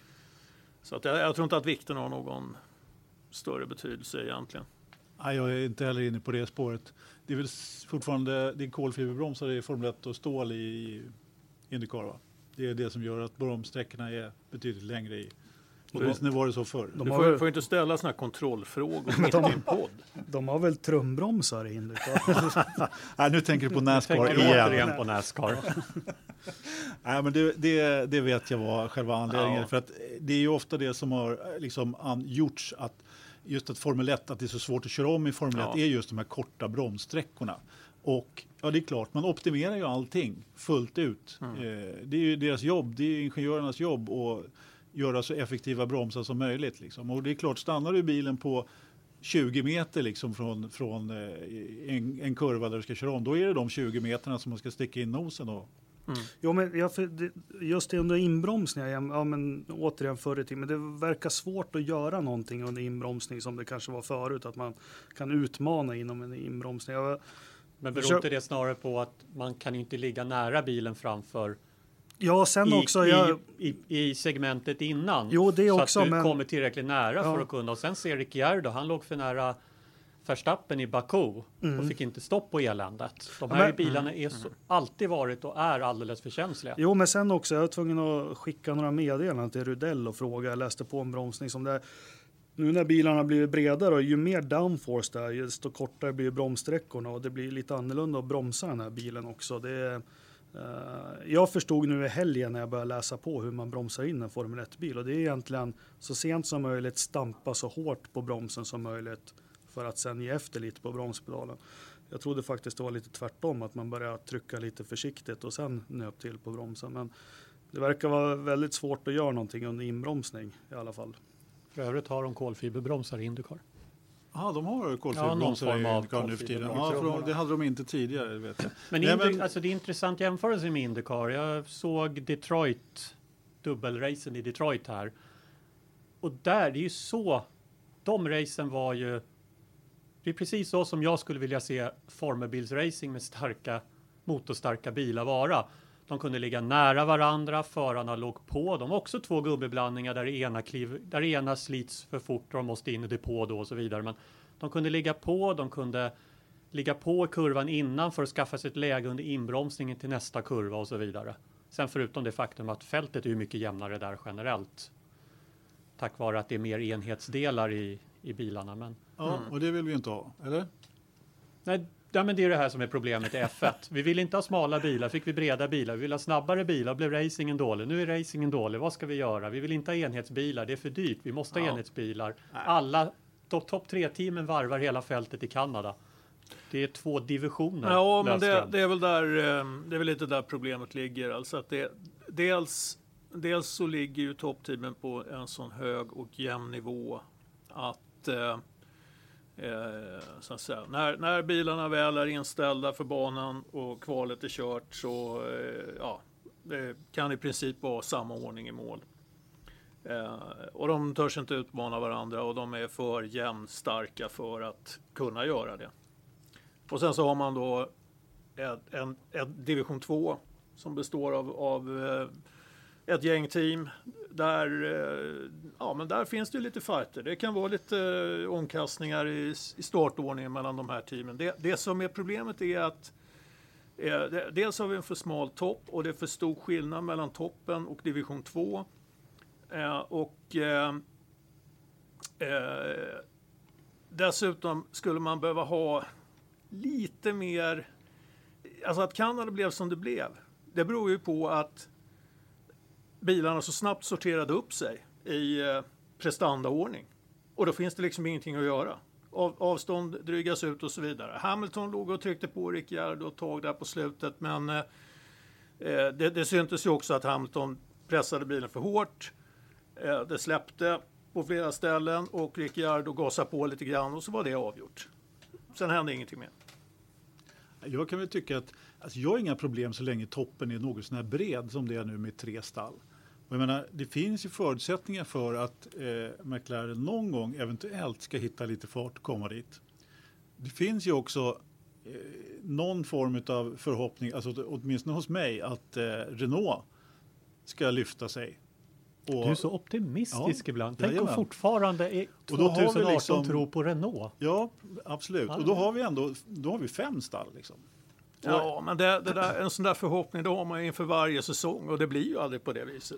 Så att jag, jag tror inte att vikten har någon större betydelse egentligen. Nej, jag är inte heller inne på det spåret. Det är väl s- fortfarande det är kolfiberbromsar i Formel ett och stål i Indycar, va? Det är det som gör att bromssträckorna är betydligt längre i. Åtminstone var det så förr. De Du har får, väl- får inte ställa såna här kontrollfrågor Men mitt de- i en podd. De har väl trumbromsar i Indycar? Nej, nu tänker du på NASCAR Tänker du igen. återigen på NASCAR? Nej, men det, det, det vet jag var själva anledningen. Ja. För att det är ju ofta det som har eh, liksom an, gjorts att just att Formel ett, att det är så svårt att köra om i Formel Ja. ett, är just de här korta bromssträckorna. Och ja, det är klart, man optimerar ju allting fullt ut. Mm. Eh, det är ju deras jobb, det är ingenjörernas jobb att göra så effektiva bromsar som möjligt. Liksom. Och det är klart, stannar du bilen på tjugo meter liksom från, från eh, en, en kurva där du ska köra om, då är det de tjugo meterna som man ska sticka in nosen och Mm. Jo, men jag, för det, just det under inbromsningar, ja, men återigen förr i tiden, men det verkar svårt att göra någonting under inbromsning som det kanske var förut, att man kan utmana inom en inbromsning. Jag, Men Försök- beror inte det snarare på att man kan inte ligga nära bilen framför Ja, sen i, också... Jag... i, i, i segmentet innan. Jo, det också, så att du men... kommer tillräckligt nära ja. för att kunna. Och sen ser Ricciardo, han låg för nära Verstappen i Baku mm. och fick inte stopp på eländet. De här ja, men... bilarna är så, alltid varit och är alldeles för känsliga. Jo, men sen också, jag var tvungen att skicka några meddelanden till Rudell och fråga. Jag läste på en bromsning som det är. Nu när bilarna blir bredare och ju mer downforce där, desto kortare blir bromssträckorna och det blir lite annorlunda att bromsa den här bilen också. Det är, uh, jag förstod nu i helgen när jag började läsa på hur man bromsar in en Formel ett-bil och det är egentligen så sent som möjligt stampa så hårt på bromsen som möjligt för att sen ge efter lite på bromspedalen. Jag trodde faktiskt det var lite tvärtom, att man börjar trycka lite försiktigt och sen nöp till på bromsen. Men det verkar vara väldigt svårt att göra någonting under inbromsning i alla fall. För övrigt har de kolfiberbromsar i Indycar. Ja, de har kolfiberbromsar ja, i Indycar nu för tiden. Ja, för de, det hade de inte tidigare, vet jag. Men, Nej, Indy, men... Alltså, det är intressant jämförelse med Indycar. Jag såg Detroit, dubbelracen i Detroit här. Och där, det är ju så, de racen var ju, det är precis så som jag skulle vilja se formelbilsracing med starka, motorstarka bilar vara. De kunde ligga nära varandra, förarna låg på. De var också två gummiblandningar där ena, kliv, där ena slits för fort och de måste in i depå då och så vidare. Men de kunde ligga på, de kunde ligga på i kurvan innan för att skaffa sig ett läge under inbromsningen till nästa kurva och så vidare. Sen förutom det faktum att fältet är ju mycket jämnare där generellt. Tack vare att det är mer enhetsdelar i, i bilarna. Men, ja, mm. och det vill vi inte ha, eller? Nej, ja, men det är det här som är problemet i F ett. Vi vill inte ha smala bilar, fick vi breda bilar. Vi vill ha snabbare bilar, blev racingen dålig. Nu är racingen dålig, vad ska vi göra? Vi vill inte ha enhetsbilar, det är för dyrt. Vi måste ha ja. enhetsbilar. Alla topp top tre-teamen varvar hela fältet i Kanada. Det är två divisioner. Ja, men det, det är väl där, det är väl lite där problemet ligger. Alltså att det, dels, dels så ligger ju toppteamen på en sån hög och jämn nivå att eh, Eh, så att säga. När, när bilarna väl är inställda för banan och kvalet är kört så eh, ja, det kan i princip vara samma ordning i mål. Eh, och de törs inte utmana varandra och de är för jämnstarka för att kunna göra det. Och sen så har man då ett, en, ett division två som består av, av eh, ett gäng team där, ja, men där finns det lite fighter. Det kan vara lite uh, omkastningar i, i startordningen mellan de här teamen. Det, det som är problemet är att eh, det, dels har vi en för smal topp och det är för stor skillnad mellan toppen och division två. Eh, och eh, eh, dessutom skulle man behöva ha lite mer, alltså att Kanada blev som det blev. Det beror ju på att bilarna så snabbt sorterade upp sig i eh, prestandaordning. Och då finns det liksom ingenting att göra. Av, avstånd drygas ut och så vidare. Hamilton låg och tryckte på Ricciardo och tag där på slutet. Men eh, det, det syntes ju också att Hamilton pressade bilen för hårt. Eh, det släppte på flera ställen och Ricciardo gasade på lite grann och så var det avgjort. Sen hände ingenting mer. Jag kan väl tycka att alltså jag har inga problem så länge toppen är något sån här bred som det är nu med tre stall. Och jag menar, det finns ju förutsättningar för att eh, McLaren någon gång eventuellt ska hitta lite fart och komma dit. Det finns ju också eh, någon form av förhoppning, alltså åtminstone hos mig, att eh, Renault ska lyfta sig. Och, du är så optimistisk ja, ibland. Tänk om fortfarande är tjugoarton liksom, tror på Renault. Ja, absolut. Alltså. Och då har vi ändå då har vi fem stall liksom. Ja, men det, det där, en sån där förhoppning då har man inför varje säsong och det blir ju aldrig på det viset.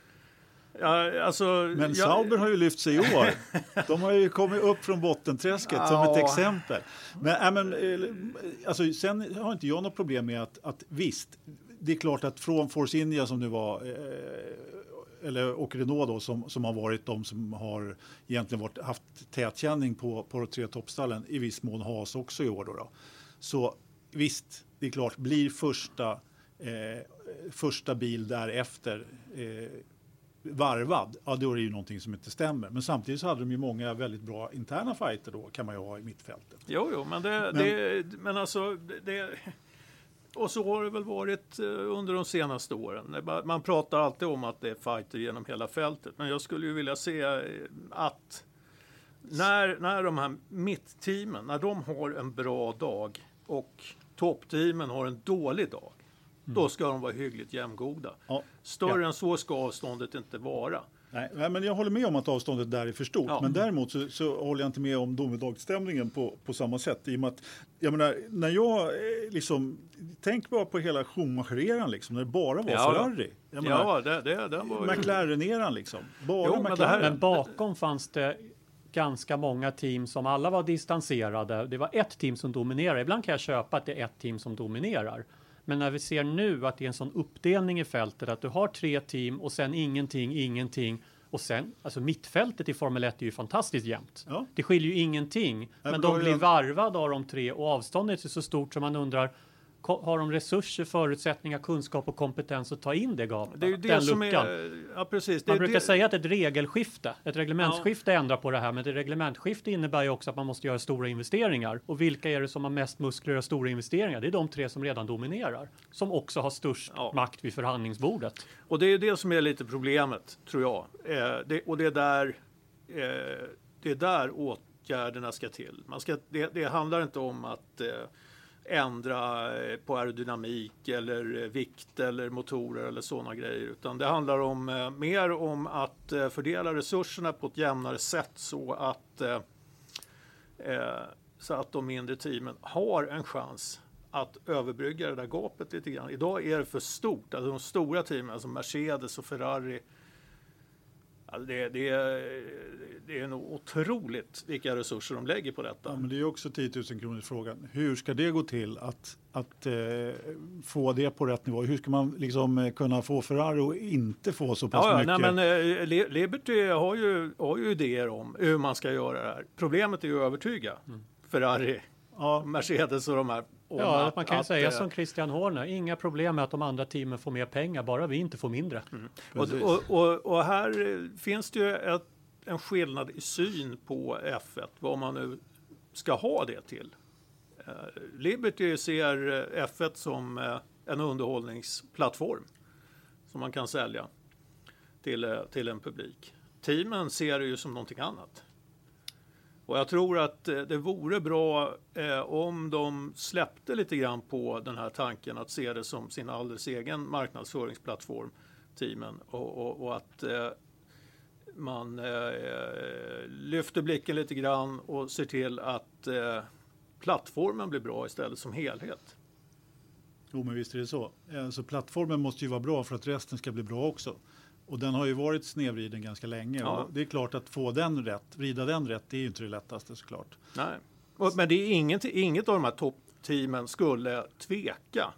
Ja, alltså, men jag, Sauber har ju lyft sig i år. De har ju kommit upp från bottenträsket ja. som ett exempel. Men, äh, men alltså, sen har inte jag något problem med att, att visst, det är klart att från Force India som det var eh, eller och Renault då som, som har varit de som har egentligen varit, haft tätkänning på, på de tre toppstallen, i viss mån Haas också i år då, då. Så visst, det är klart, blir första, eh, första bil därefter eh, varvad, ja då är det ju någonting som inte stämmer. Men samtidigt så hade de ju många väldigt bra interna fighter då, kan man ju ha i mittfältet. Jo, jo, men det, men, det, men alltså, det, och så har det väl varit under de senaste åren. Man pratar alltid om att det är fighter genom hela fältet, men jag skulle ju vilja se att när, när de här mittteamen, när de har en bra dag och toppteamen har en dålig dag, då ska de vara hyggligt jämngoda. Ja. Större Ja. än så ska avståndet inte vara. Nej, nej, men jag håller med om att avståndet där är för stort. Ja. Men däremot så, så håller jag inte med om domedagsstämningen på, på samma sätt. I och med att, jag menar, när jag eh, liksom, tänk bara på hela Schumacher-eran liksom, när det bara var Ja. Ferrari. Jag menar, Ja, det, det, det var ju... McLaren-eran liksom. Bara Jo, men det McLaren. här- Men bakom fanns det ganska många team som alla var distanserade. Det var ett team som dominerar. Ibland kan jag köpa att det är ett team som dominerar. Men när vi ser nu att det är en sån uppdelning i fältet, att du har tre team och sen ingenting, ingenting. Och sen, alltså mittfältet i Formel ett är ju fantastiskt jämnt. Ja. Det skiljer ju ingenting. men Men då de är blir det- varvade av de tre och avståndet är så stort som man undrar, ko- har de resurser, förutsättningar, kunskap och kompetens att ta in det gapet? Det är ju det den som luckan? är... Ja, precis. Det, Man brukar det, säga att ett regelskifte, ett reglementsskifte ändrar på det här, men det reglementsskifte innebär ju också att man måste göra stora investeringar. Och vilka är det som har mest muskler och stora investeringar? Det är de tre som redan dominerar, som också har störst Ja. makt vid förhandlingsbordet. Och det är det som är lite problemet, tror jag. Eh, det, och det är, där, eh, det är där åtgärderna ska till. Man ska, det, det handlar inte om att eh, ändra eh, på aerodynamik eller eh, vikt eller motorer eller sådana grejer. Utan det handlar om, eh, mer om att eh, fördela resurserna på ett jämnare sätt så att, eh, eh, så att de mindre teamen har en chans att överbrygga det där gapet lite grann. Idag är det för stort. Alltså de stora teamen, alltså Mercedes och Ferrari, alltså det, det, är, det är nog otroligt vilka resurser de lägger på detta. Ja, men det är ju också tio tusen kronors frågan. Hur ska det gå till att, att eh, få det på rätt nivå? Hur ska man liksom eh, kunna få Ferrari att inte få så pass Ja, ja, mycket? nej, men eh, Le- Liberty har ju, har ju idéer om hur man ska göra det här. Problemet är ju att övertyga Ferrari, Ja. Mercedes och de här. om Ja, att- man kan ju att, säga eh, som Christian Horner, inga problem med att de andra teamen får mer pengar, bara vi inte får mindre. Och, och, och, och här eh, finns det ju ett, en skillnad i syn på F ett, vad man nu ska ha det till. Eh, Liberty ser eh, F ett som eh, en underhållningsplattform som man kan sälja till, eh, till en publik. Teamen ser det ju som någonting annat. Och jag tror att eh, det vore bra eh, om de släppte lite grann på den här tanken att se det som sin alldeles egen marknadsföringsplattform, teamen, och, och, och att eh, man eh, lyfter blicken lite grann och ser till att eh, plattformen blir bra istället som helhet. Jo, men visst är det så. Alltså, plattformen måste ju vara bra för att resten ska bli bra också. Och den har ju varit snedvriden ganska länge. Ja. Och det är klart att få den rätt, vrida den rätt, det är ju inte det lättaste såklart. Nej. Och, men det är inget, inget av de här toppteamen skulle tveka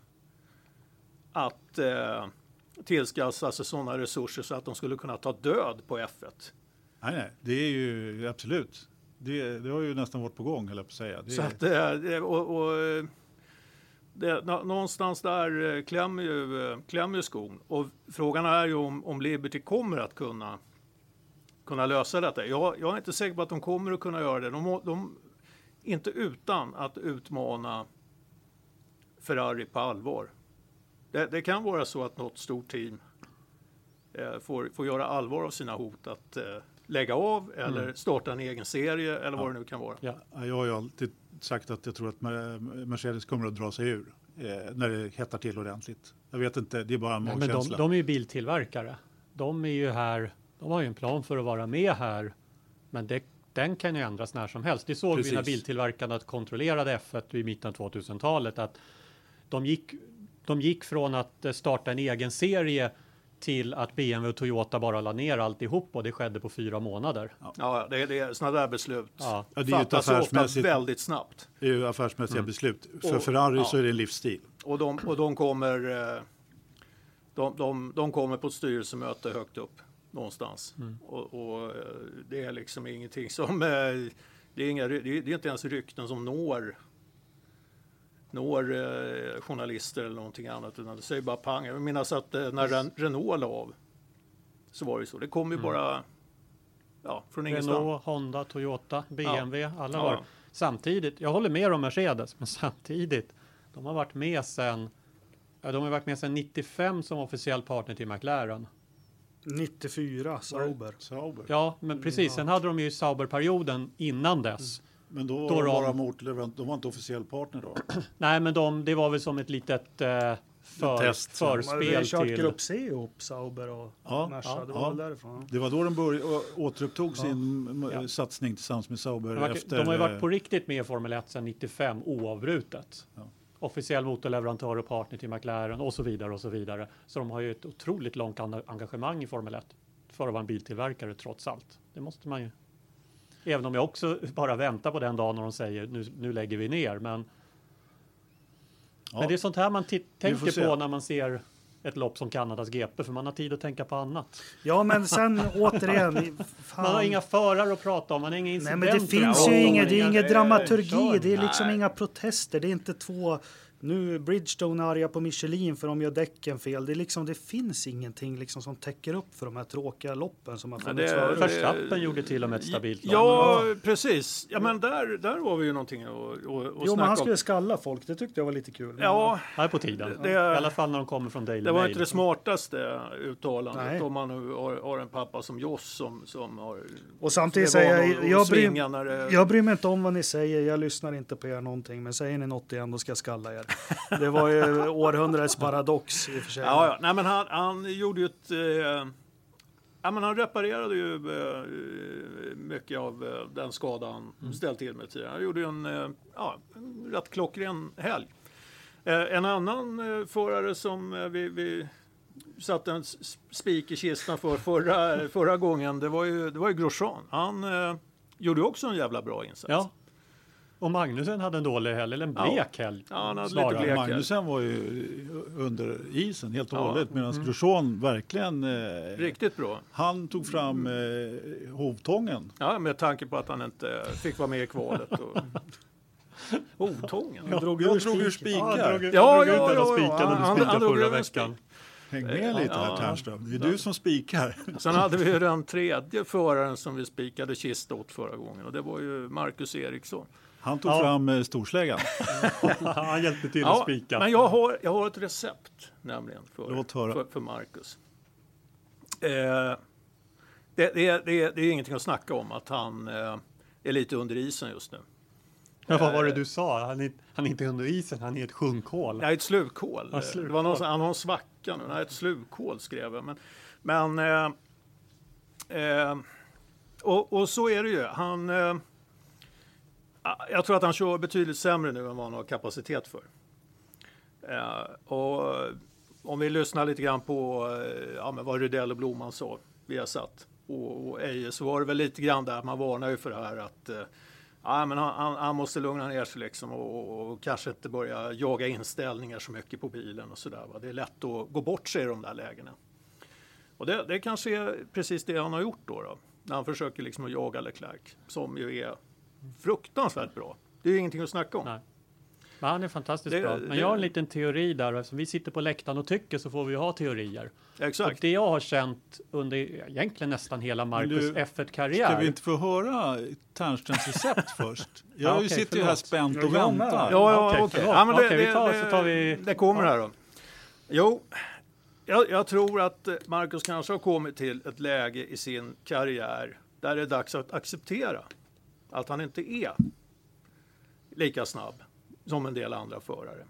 att eh, tillskassa sig sådana resurser så att de skulle kunna ta död på F ett. Nej, nej, det är ju absolut. Det, det har ju nästan varit på gång, höll jag på att säga. Det Så är, att, eh, det- och, och, eh, det, nå- någonstans där eh, klämmer ju, eh, klämmer ju skon. Och frågan är ju om, om Liberty kommer att kunna, kunna lösa detta. Jag, jag är inte säker på att de kommer att kunna göra det. De, må- de, inte utan att utmana Ferrari på allvar. Det, det kan vara så att något stort team eh, får, får göra allvar av sina hot att eh, lägga av eller starta en egen serie eller vad det nu kan vara. Ja. Ja, jag har ju alltid sagt att jag tror att Mer- Mercedes kommer att dra sig ur eh, när det hettar till ordentligt. Jag vet inte, det är bara en Nej, men de, magkänsla. de är ju biltillverkare. De är ju här, de har ju en plan för att vara med här, men det, den kan ju ändras när som helst. Det såg vi när Precis. biltillverkarna kontrollerade F ett i mitten av tvåtusentalet, att de gick, de gick från att eh, starta en egen serie till att B M W och Toyota bara la ner alltihop, och det skedde på fyra månader. Ja, det, det är sådana där beslut. Ja. Ja, det är ju ett fattas ofta affärsmässigt, väldigt snabbt. det är ju affärsmässiga beslut. För Och- Ferrari ja. så är det en livsstil. Och de, och de kommer eh, de, de, de kommer på ett styrelsemöte högt upp någonstans. Och, och eh, det är liksom ingenting som eh, det är, inga, det är det är inte ens rykten som når når eh, journalister eller någonting annat, utan det säger bara pang. Jag minns att eh, när Ren- Renault la av så var det så. Det kom ju bara ja, från ingenstans. Renault, Honda, Toyota, B M W, alla Ja. var samtidigt. Jag håller med om Mercedes, men samtidigt, de har varit med sedan ja, de har varit med sedan nittiofem som officiell partner till McLaren. nittiofyra, Sauber. Sauber. Ja, men precis. Sen hade de ju Sauber-perioden innan dess. Men då var Då de de- bara motleverant, de var inte officiell partner då. Nej, men de, det var väl som ett litet eh, för, test. förspel Vi har kört till... grupp C ihop, Sauber och Ja, Merca. ja, det var ja. väl därifrån. Det var då de började, återupptog Ja. sin Ja. satsning tillsammans med Sauber. De har, efter, de har ju varit på riktigt med i Formel ett sedan nittiofem oavbrutet. Ja. Officiell motorleverantör och partner till McLaren och så vidare och så vidare. Så de har ju ett otroligt långt engagemang i Formel ett för att vara en biltillverkare trots allt. Det måste man ju. Även om jag också bara väntar på den dagen när de säger nu, nu lägger vi ner. Men, Ja. men det är sånt här man t- tänker se. på när man ser ett lopp som Kanadas G P, för man har tid att tänka på annat. Ja, men sen återigen. Fan. Man har inga förare att prata om, man har inga Nej, incidenter. men det finns Ja, ju man inget, har det är inga- ingen eh, dramaturgi, kör. det är liksom Nej. inga protester, det är inte två, nu Bridgestone är arga på Michelin för de gör däcken fel, det är liksom, det finns ingenting liksom som täcker upp för de här tråkiga loppen som har Ja, funnits det- förut. Verstappen gjorde till och med ett stabilt lopp. Ja, precis. Ja, men där, där har vi ju någonting att, att, att Jo, men snacka han om. skulle skalla folk, det tyckte jag var lite kul. Ja, Det är på tiden. Det- I alla fall när de kommer från Daily det var Mail. inte det smartaste uttalandet Nej. om man nu har, har en pappa som Joss som, som har... Och samtidigt som är säger van jag, att- jag att bryr, svinga när det- jag bryr mig inte om vad ni säger, jag lyssnar inte på er någonting, men säger ni något igen då ska jag skalla er. Det var ju århundradets paradox i och för sig. Ja, ja. Nej, men han, han gjorde ju ett... Eh, ja, men han reparerade ju eh, mycket av eh, den skada han Mm. ställt till med tidigare. Han gjorde ju en, eh, ja, en rätt klockren helg. Eh, en annan eh, förare som eh, vi, vi satte en s- spik i kistan för förra, förra gången, det var ju, det var ju Grosjean. Han eh, gjorde ju också en jävla bra insats. Ja. Och Magnusen hade en dålig helg, eller en Ja. blek helg. Ja, han hade snarare. lite blek. Magnusen var ju under isen helt och Ja. hållet medan Grosjean verkligen eh, Riktigt bra. han tog fram eh, hovtången. Ja, med tanke på att han inte fick vara med i kvalet. Och... Hovtången. Han drog Jag ur drog ur spiken. Ja, spikar. han drog, Ja, han drog ja, ut ja, alla ja. spikarna Han- du han spikade drog förra över en veckan. Häng med lite här Ja. Ternström. Det är Ja. du som spikar. Sen hade vi ju den tredje föraren som vi spikade kista åt förra gången och det var ju Marcus Eriksson. Han tog Ja. fram eh, storsläggan. Han hjälpte till att Ja, spika. men jag har, jag har ett recept nämligen för, Låt höra. för, för Marcus. Eh, det, det, är- det, är- det är ingenting att snacka om att han eh, är lite under isen just nu. Men vad var det du sa? Han är, han är inte under isen, han är ett sjunkhål. Nej, ett slukhål. Ja, slukhål. Det var någon, som- han har en svacka nu. Nej, ett slukhål skrev jag. Men, men eh, eh, och, och så är det ju. Han, eh, jag tror att han kör betydligt sämre nu än vad han har kapacitet för. Eh, och om vi lyssnar lite grann på eh, ja, men vad Rydell och Blomman sa, vi har satt och, och Eje, så var det väl lite grann där man varnar ju för det här att eh, ja, men han, han, han måste lugna ner sig liksom och, och, och kanske inte börja jaga inställningar så mycket på bilen och sådär. Det är lätt att gå bort sig i de där lägena. Och det, det kanske är precis det han har gjort då, då när han försöker liksom att jaga Leclerc som ju är fruktansvärt bra. Det är ju ingenting att snacka om. Nej. Men han är fantastiskt Det- bra. Men det- jag har en liten teori där och eftersom vi sitter på läktaren och tycker så får vi ju ha teorier. Och Exakt. det jag har känt under egentligen nästan hela Marcus du, F Ska ett-karriär. vi inte få höra Ternströms recept först? Jag Ja, okej, sitter ju här förlåt. spänt och Ja, jag med. väntar. Ja, ja, Okej, okej. förlåt. Ja, men det, Okej, vi det, tar- det, så tar vi- det kommer här då. Jo, jag, jag tror att Marcus kanske har kommit till ett läge i sin karriär där det är dags att acceptera att han inte är lika snabb som en del andra förare.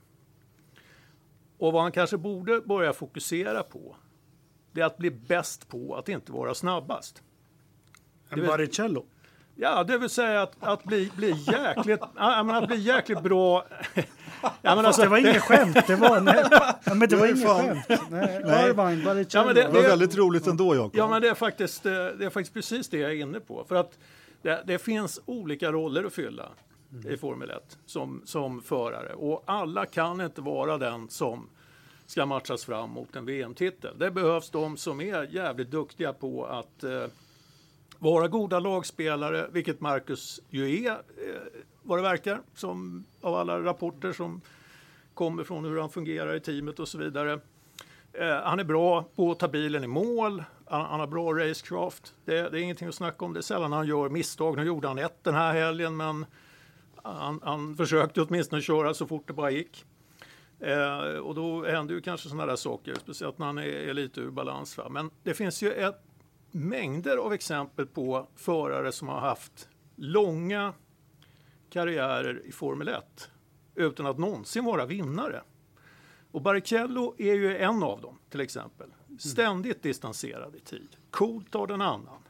Och vad han kanske borde börja fokusera på, det är att bli bäst på att inte vara snabbast. En Baricello. Ja, det vill säga att, att bli, bli jäkligt, ja, men att bli jäkligt bra. Ja, men alltså, Det var inget skämt, det var, nej, ja, men det var är inget fan- skämt. Nej, Nej. Irvine, Baricello. Ja, men det- Det var väldigt roligt ändå, Jakob. Ja, men det är, faktiskt, eh, det är faktiskt precis det jag är inne på. För att det, det finns olika roller att fylla i Formel ett som, som förare. Och alla kan inte vara den som ska matchas fram mot en V M-titel. Det behövs de som är jävligt duktiga på att eh, vara goda lagspelare, vilket Marcus ju är, eh, vad det verkar, som av alla rapporter som kommer från hur han fungerar i teamet och så vidare. Eh, han är bra på att ta bilen i mål. Han, han har bra racecraft. Det, det är ingenting att snacka om. Det är sällan han gör misstag. Nu gjorde han ett den här helgen, men han, han försökte åtminstone köra så fort det bara gick. Eh, och då händer ju kanske sådana där saker, speciellt när han är, är lite ur balans. Va? Men det finns ju ett, mängder av exempel på förare som har haft långa karriärer i Formel ett utan att någonsin vara vinnare. Och Barrichello är ju en av dem, till exempel. Ständigt distanserad i tid. Coolt av den annan.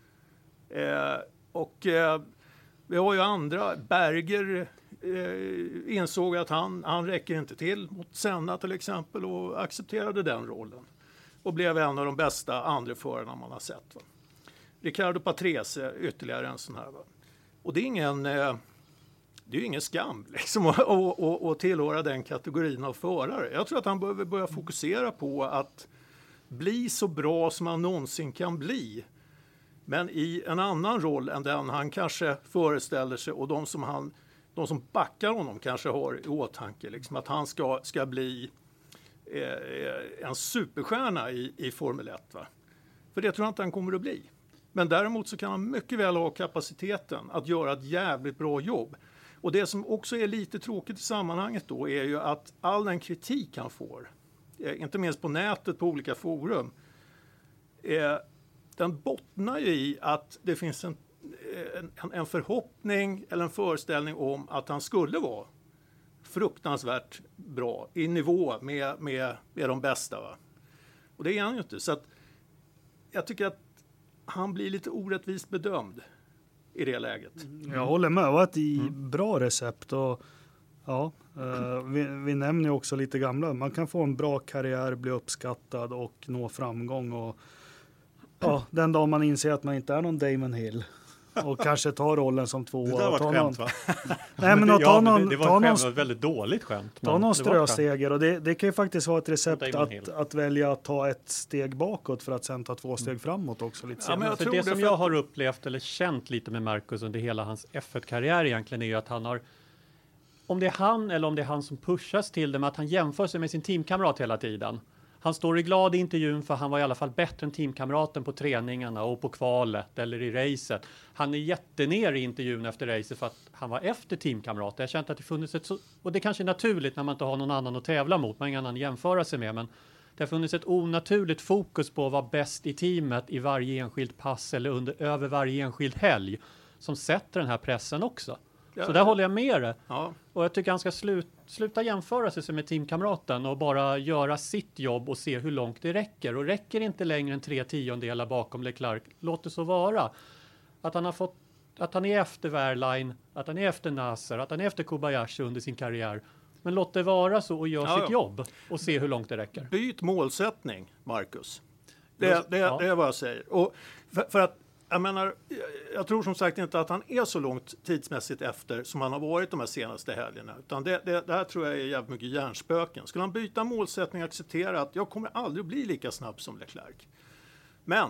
Eh, och eh, vi har ju andra. Berger eh, insåg att han, han räcker inte till mot Senna till exempel och accepterade den rollen. Och blev en av de bästa andra förarna man har sett. Va? Riccardo Patrese, ytterligare en sån här. Va? Och det är ingen... Eh, Det är ju ingen skam liksom, att, att, att, att tillhöra den kategorin av förare. Jag tror att han behöver börja fokusera på att bli så bra som han någonsin kan bli. Men i en annan roll än den han kanske föreställer sig och de som, han, de som backar honom kanske har i åtanke. Liksom, att han ska, ska bli eh, en superstjärna i, i Formel ett. Va? För det tror jag inte han kommer att bli. Men däremot så kan han mycket väl ha kapaciteten att göra ett jävligt bra jobb. Och det som också är lite tråkigt i sammanhanget då är ju att all den kritik han får, eh, inte minst på nätet på olika forum, eh, den bottnar ju i att det finns en, en, en förhoppning eller en föreställning om att han skulle vara fruktansvärt bra i nivå med, med, med de bästa. Va? Och det är han ju inte. Så att jag tycker att han blir lite orättvist bedömd i det läget. Jag håller med. Det var ett mm. bra recept. Och, ja, eh, vi, vi nämner ju också lite gamla. Man kan få en bra karriär, bli uppskattad och nå framgång. Och, ja, den dag man inser att man inte är någon Damon Hill och kanske tar rollen som tvåa. Det där var ett skämt, va? Nej, men att ta ja, någon, det, det var ta ett, någon, skämt, ett väldigt dåligt skämt. Ta någon ströseger. Och det, det kan ju faktiskt vara ett recept att, att välja att ta ett steg bakåt för att sen ta två steg mm. framåt också. Lite ja, men jag för det, det som för... jag har upplevt eller känt lite med Marcus under hela hans F ett-karriär egentligen är ju att han har, om det är han eller om det är han som pushas till det, med att han jämför sig med sin teamkamrat hela tiden. Han står i glad i intervjun för han var i alla fall bättre än teamkamraten på träningarna och på kvalet eller i racet. Han är jättener i intervjun efter racet för att han var efter teamkamraten. Jag kände att det funnits ett så, och det kanske är naturligt när man inte har någon annan att tävla mot, man har ingen annan att jämföra sig med, men det har funnits ett onaturligt fokus på att vara bäst i teamet i varje enskilt pass eller under, över varje enskild helg som sätter den här pressen också. Ja, så där håller jag med det. Ja. Och jag tycker han ska slut, sluta jämföra sig med teamkamraten och bara göra sitt jobb och se hur långt det räcker. Och räcker inte längre än tre tiondelar bakom Leclerc, låt det så vara. Att han har fått, att han är efter Wehrlein, att han är efter Nasser, att han är efter Kobayashi under sin karriär. Men låt det vara så och gör ja, sitt jobb och se hur långt det räcker. Byt målsättning, Marcus. Det, det, ja. det är vad jag säger. Och för, för att Jag menar, jag tror som sagt inte att han är så långt tidsmässigt efter som han har varit de här senaste helgerna. Utan det, det, det här tror jag är jävligt mycket hjärnspöken. Skulle han byta målsättning och acceptera att jag kommer aldrig bli lika snabb som Leclerc. Men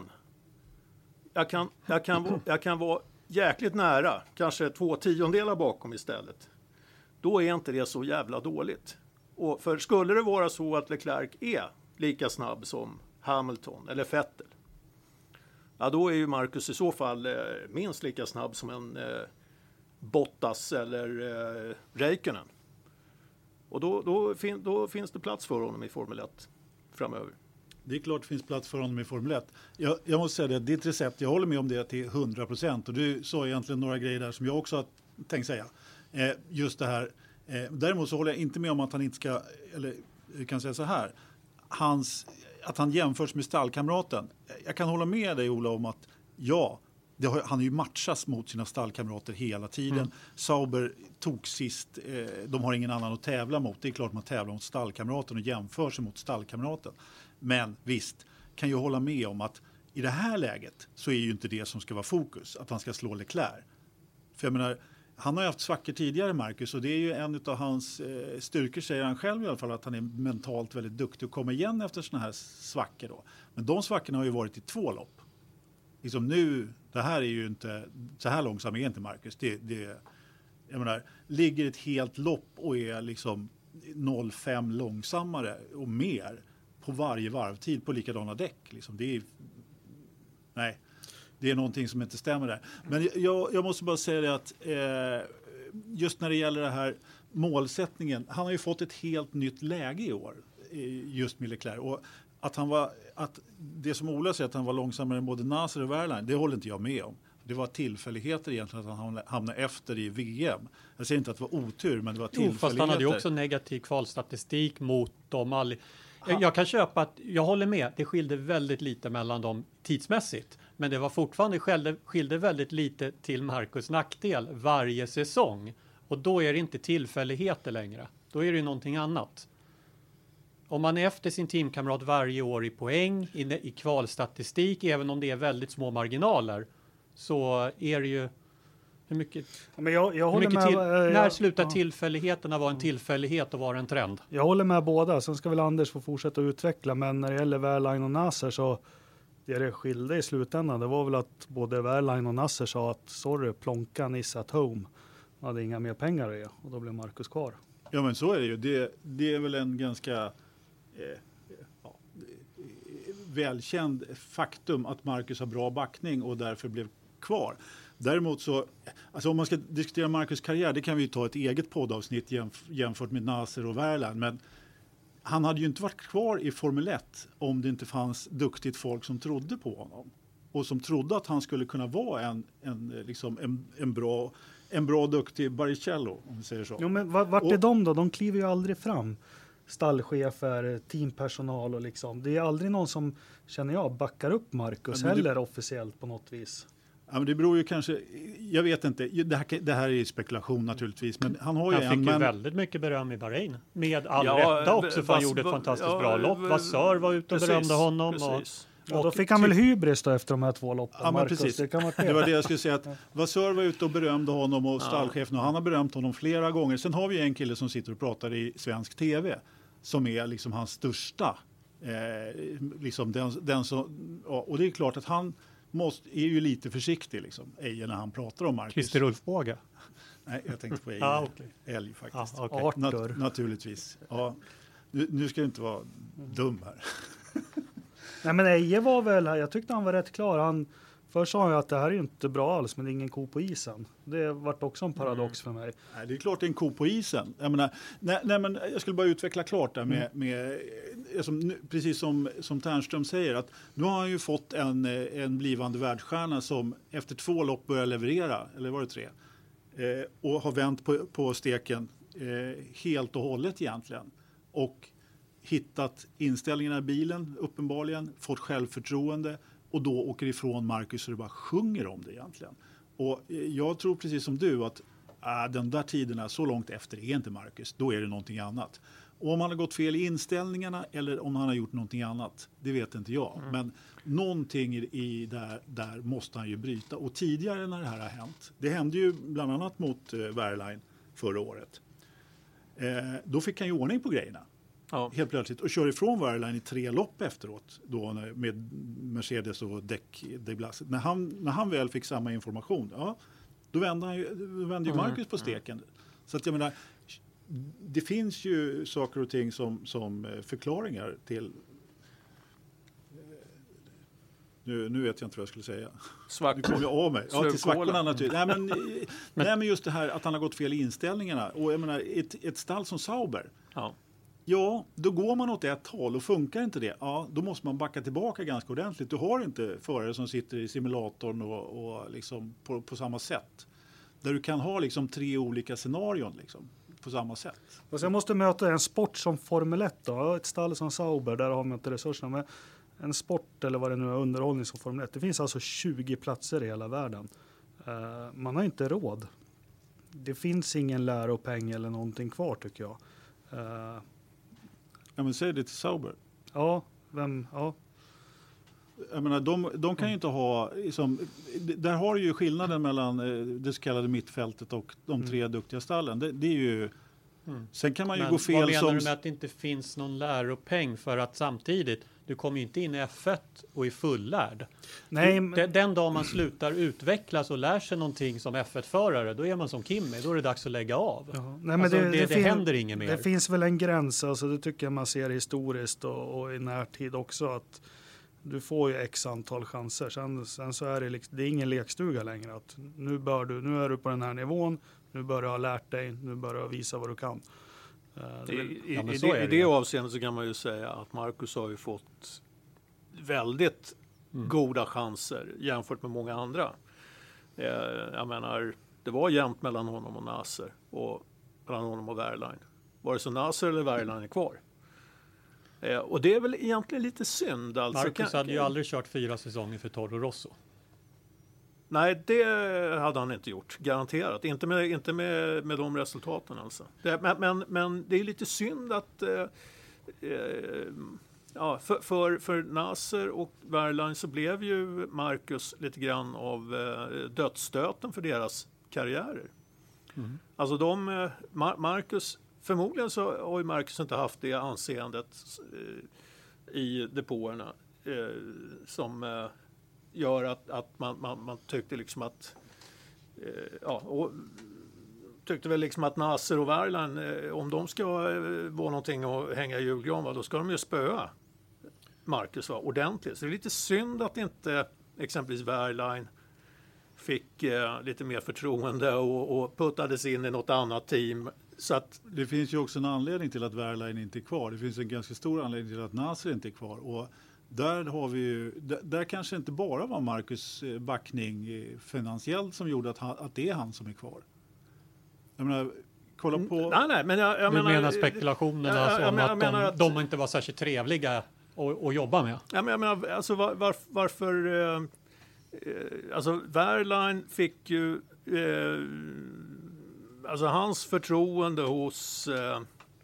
jag kan, jag kan, jag kan vara jäkligt nära, kanske två tiondelar bakom istället. Då är inte det så jävla dåligt. Och för skulle det vara så att Leclerc är lika snabb som Hamilton eller Vettel, ja, då är ju Marcus i så fall eh, minst lika snabb som en eh, Bottas eller eh, Räikkönen. Och då, då, fin- då finns det plats för honom i Formel ett framöver. Det är klart det finns plats för honom i Formel ett. Jag, jag måste säga det, ditt recept, jag håller med om det till hundra procent. Och du sa egentligen några grejer där som jag också har tänkt säga. Eh, just det här. Eh, däremot så håller jag inte med om att han inte ska, eller jag kan säga så här, hans... att han jämförs med stallkamraten. Jag kan hålla med dig, Ola, om att ja, det har, han har ju matchats mot sina stallkamrater hela tiden. Mm. Sauber tog sist, eh, de har ingen annan att tävla mot. Det är klart man tävlar mot stallkamraten och jämför sig mot stallkamraten. Men visst, kan jag hålla med om att i det här läget så är ju inte det som ska vara fokus, att han ska slå Leclerc. För jag menar, han har ju haft svackor tidigare, Marcus, och det är ju en av hans eh, styrkor, säger han själv i alla fall, att han är mentalt väldigt duktig att komma igen efter såna här svackor då. Men de svackorna har ju varit i två lopp. Liksom nu, det här är ju inte, så här långsam är inte Marcus. Det, det, jag menar, ligger ett helt lopp och är liksom noll komma fem långsammare och mer på varje varvtid på likadana däck. Liksom, det är, nej. Det är någonting som inte stämmer där. Men jag, jag måste bara säga det att eh, just när det gäller det här målsättningen. Han har ju fått ett helt nytt läge i år. Just med Leclerc. Och att han var, att det som Ola säger att han var långsammare än både Nasser och Wehrlein, det håller inte jag med om. Det var tillfälligheter egentligen att han hamnade efter i V M. Jag säger inte att det var otur, men det var tillfälligheter. Jo, fast han hade ju också negativ kvalstatistik mot dem all... Jag kan köpa att, jag håller med, det skilde väldigt lite mellan dem tidsmässigt. Men det var fortfarande skilde, skilde väldigt lite till Marcus nackdel varje säsong. Och då är det inte tillfälligheter längre. Då är det ju någonting annat. Om man är efter sin teamkamrat varje år i poäng, i, i kvalstatistik, även om det är väldigt små marginaler, så är det ju hur mycket, Men jag, jag hur håller mycket med, till, eh, när jag, slutar ja. tillfälligheterna vara en tillfällighet och vara en trend? Jag håller med båda. Sen ska väl Anders få fortsätta utveckla. Men när det gäller Wehrlein och Nasser så det det skilde i slutändan. Det var väl att både Wehrlein och Nasser sa att sorry, plonkan is at home. Man hade inga mer pengar att ge. Och då blev Marcus kvar. Ja, men så är det ju. Det, det är väl en ganska eh, ja, välkänd faktum att Marcus har bra backning och därför blev kvar. Däremot så, alltså om man ska diskutera Marcus karriär, det kan vi ju ta ett eget poddavsnitt jämf- jämfört med Nasser och Wehrlein. Men han hade ju inte varit kvar i Formel ett om det inte fanns duktigt folk som trodde på honom. Och som trodde att han skulle kunna vara en, en, liksom en, en, bra, en bra duktig Barrichello, om vi säger så. Jo, men vart är och, de då? De kliver ju aldrig fram. Stallchefer, teampersonal och liksom. Det är aldrig någon som, känner jag, backar upp Marcus Ja, heller det, officiellt på något vis. Ja, men det beror ju kanske, jag vet inte, det här, det här är spekulation naturligtvis, men han har ju han en... fick ju men, väldigt mycket beröm i Bahrain. Med all Ja, rätta också, för han Vas- gjorde ett fantastiskt ja, bra lopp. Vassör var ute och precis, berömde honom. precis. Och, Ja, då och fick han ty- väl hybris då efter de här två loppen. Ja, men Marcus. precis. Det, kan vara Det var det jag skulle säga, att Vassör var ute och berömde honom och stallchefen, och han har berömt honom flera gånger. Sen har vi en kille som sitter och pratar i svensk tv som är liksom hans största. Eh, liksom den, den som, ja, och det är klart att han måste, är ju lite försiktig, liksom, Eje, när han pratar om Marcus. Christer Ulfbåge. Nej, jag tänkte på Eje. Ah, okay. Älg faktiskt. Ah, okay. Arthur. Nat- naturligtvis. Ja. Nu, nu ska jag inte vara dum här. Nej, men Eje var väl, jag tyckte han var rätt klar. Han, först sa han ju att det här är ju inte bra alls, men det är ingen ko på isen. Det vart också en paradox Mm. för mig. Nej, det är klart det är en ko på isen. Jag menar, nej, nej, men jag skulle bara utveckla klart där med, med som, nu, precis som, som Ternström säger, att nu har han ju fått en, en blivande världsstjärna som efter två lopp börjar leverera, eller var det tre, eh, och har vänt på, på steken eh, helt och hållet egentligen. Och hittat inställningarna i bilen uppenbarligen, fått självförtroende och då åker ifrån Marcus och det bara sjunger om det egentligen. Och jag tror precis som du att äh, den där tiderna så långt efter är inte Marcus, då är det någonting annat. Och om han har gått fel i inställningarna eller om han har gjort någonting annat, det vet inte jag. Mm. Men någonting i, i där, där måste han ju bryta. Och tidigare när det här har hänt, det hände ju bland annat mot eh, Wehrlein förra året. Eh, då fick han ju ordning på grejerna. Ja. Helt plötsligt och kör ifrån Wehrlein i tre lopp efteråt då med Mercedes och däck. När han, när han väl fick samma information, ja, då vände, han ju, då vände ju Marcus på steken. Så att jag menar, det finns ju saker och ting som, som förklaringar till. Nu, nu vet jag inte vad jag skulle säga. Svart. Nu kom jag av mig. Ja, till svackorna naturligtvis. Nej men, men, nej, men just det här att han har gått fel i inställningarna. Och jag menar, ett, ett stall som Sauber. Ja. Ja, då går man åt ett håll och funkar inte det, ja, då måste man backa tillbaka ganska ordentligt. Du har inte förare som sitter i simulatorn och, och liksom på, på samma sätt. Där du kan ha liksom tre olika scenarion liksom, på samma sätt. Och sen måste möta en sport som Formel ett då. Ett stall som Sauber, där har man inte resurserna. Men en sport eller vad det nu är, underhållning som Formel ett. Det finns alltså tjugo platser i hela världen. Uh, man har inte råd. Det finns ingen läropeng eller någonting kvar tycker jag. Uh, Ja, men säg det till Sauber. Ja, vem, ja. Jag menar, de, de kan ju inte ha, liksom, där har du ju skillnaden mellan det så kallade mittfältet och de tre mm. duktiga stallen. Det, det är ju, mm. sen kan man ju men gå fel vad menar som... du med att det inte finns någon läropeng för att samtidigt, du kommer ju inte in i F ett och är fullärd. Nej, du, men... den, den dag man slutar utvecklas och lär sig någonting som F ett-förare, då är man som Kimi, då är det dags att lägga av. Ja. Nej, men alltså, det, det, det, det fin- händer inget mer. Det finns väl en gräns, alltså det tycker jag man ser historiskt och, och i närtid också, att du får ju x antal chanser. Sen, sen så är det, liksom, det är ingen lekstuga längre. Att nu, bör du, nu är du på den här nivån, nu bör du ha lärt dig, nu bör du visa vad du kan. Uh, det, I ja, i, det, det, i det avseendet så kan man ju säga att Marcus har ju fått väldigt mm. goda chanser jämfört med många andra. Eh, jag menar, det var jämnt mellan honom och Nasser och mellan honom och Wehrlein. Var det så Nasser eller Wehrlein är kvar? Eh, och det är väl egentligen lite synd. Alltså, Marcus kan, hade ju aldrig kört fyra säsonger för Toro Rosso. Nej, det hade han inte gjort. Garanterat. Inte med, inte med, med de resultaten alltså. Det, men, men, men det är lite synd att eh, eh, ja, för, för, för Nasser och Wehrlein så blev ju Marcus lite grann av eh, dödsstöten för deras karriärer. Mm. Alltså de, eh, Mar- Marcus, förmodligen så har ju Marcus inte haft det anseendet eh, i depåerna eh, som eh, gör att, att man, man, man tyckte liksom att eh, ja, och tyckte väl liksom att Nasser och Wehrlein, eh, om de ska eh, vara någonting att hänga i julgran, va, då ska de ju spöa Marcus, va, ordentligt. Så det är lite synd att inte exempelvis Wehrlein fick eh, lite mer förtroende och, och puttades in i något annat team. Så att, det finns ju också en anledning till att Wehrlein inte är kvar. Det finns en ganska stor anledning till att Nasser inte är kvar. Och där har vi ju, där, där kanske inte bara var Marcus backning finansiellt som gjorde att, han, att det är han som är kvar. Jag menar, kolla på... Nej, nej, men jag, jag du menar... menar spekulationerna jag, jag, jag, som jag att, menar de, att de inte var särskilt trevliga att, att jobba med? Ja, men jag menar, alltså var, var, varför... Eh, alltså, Wehrlein fick ju... Eh, alltså, hans förtroende hos eh,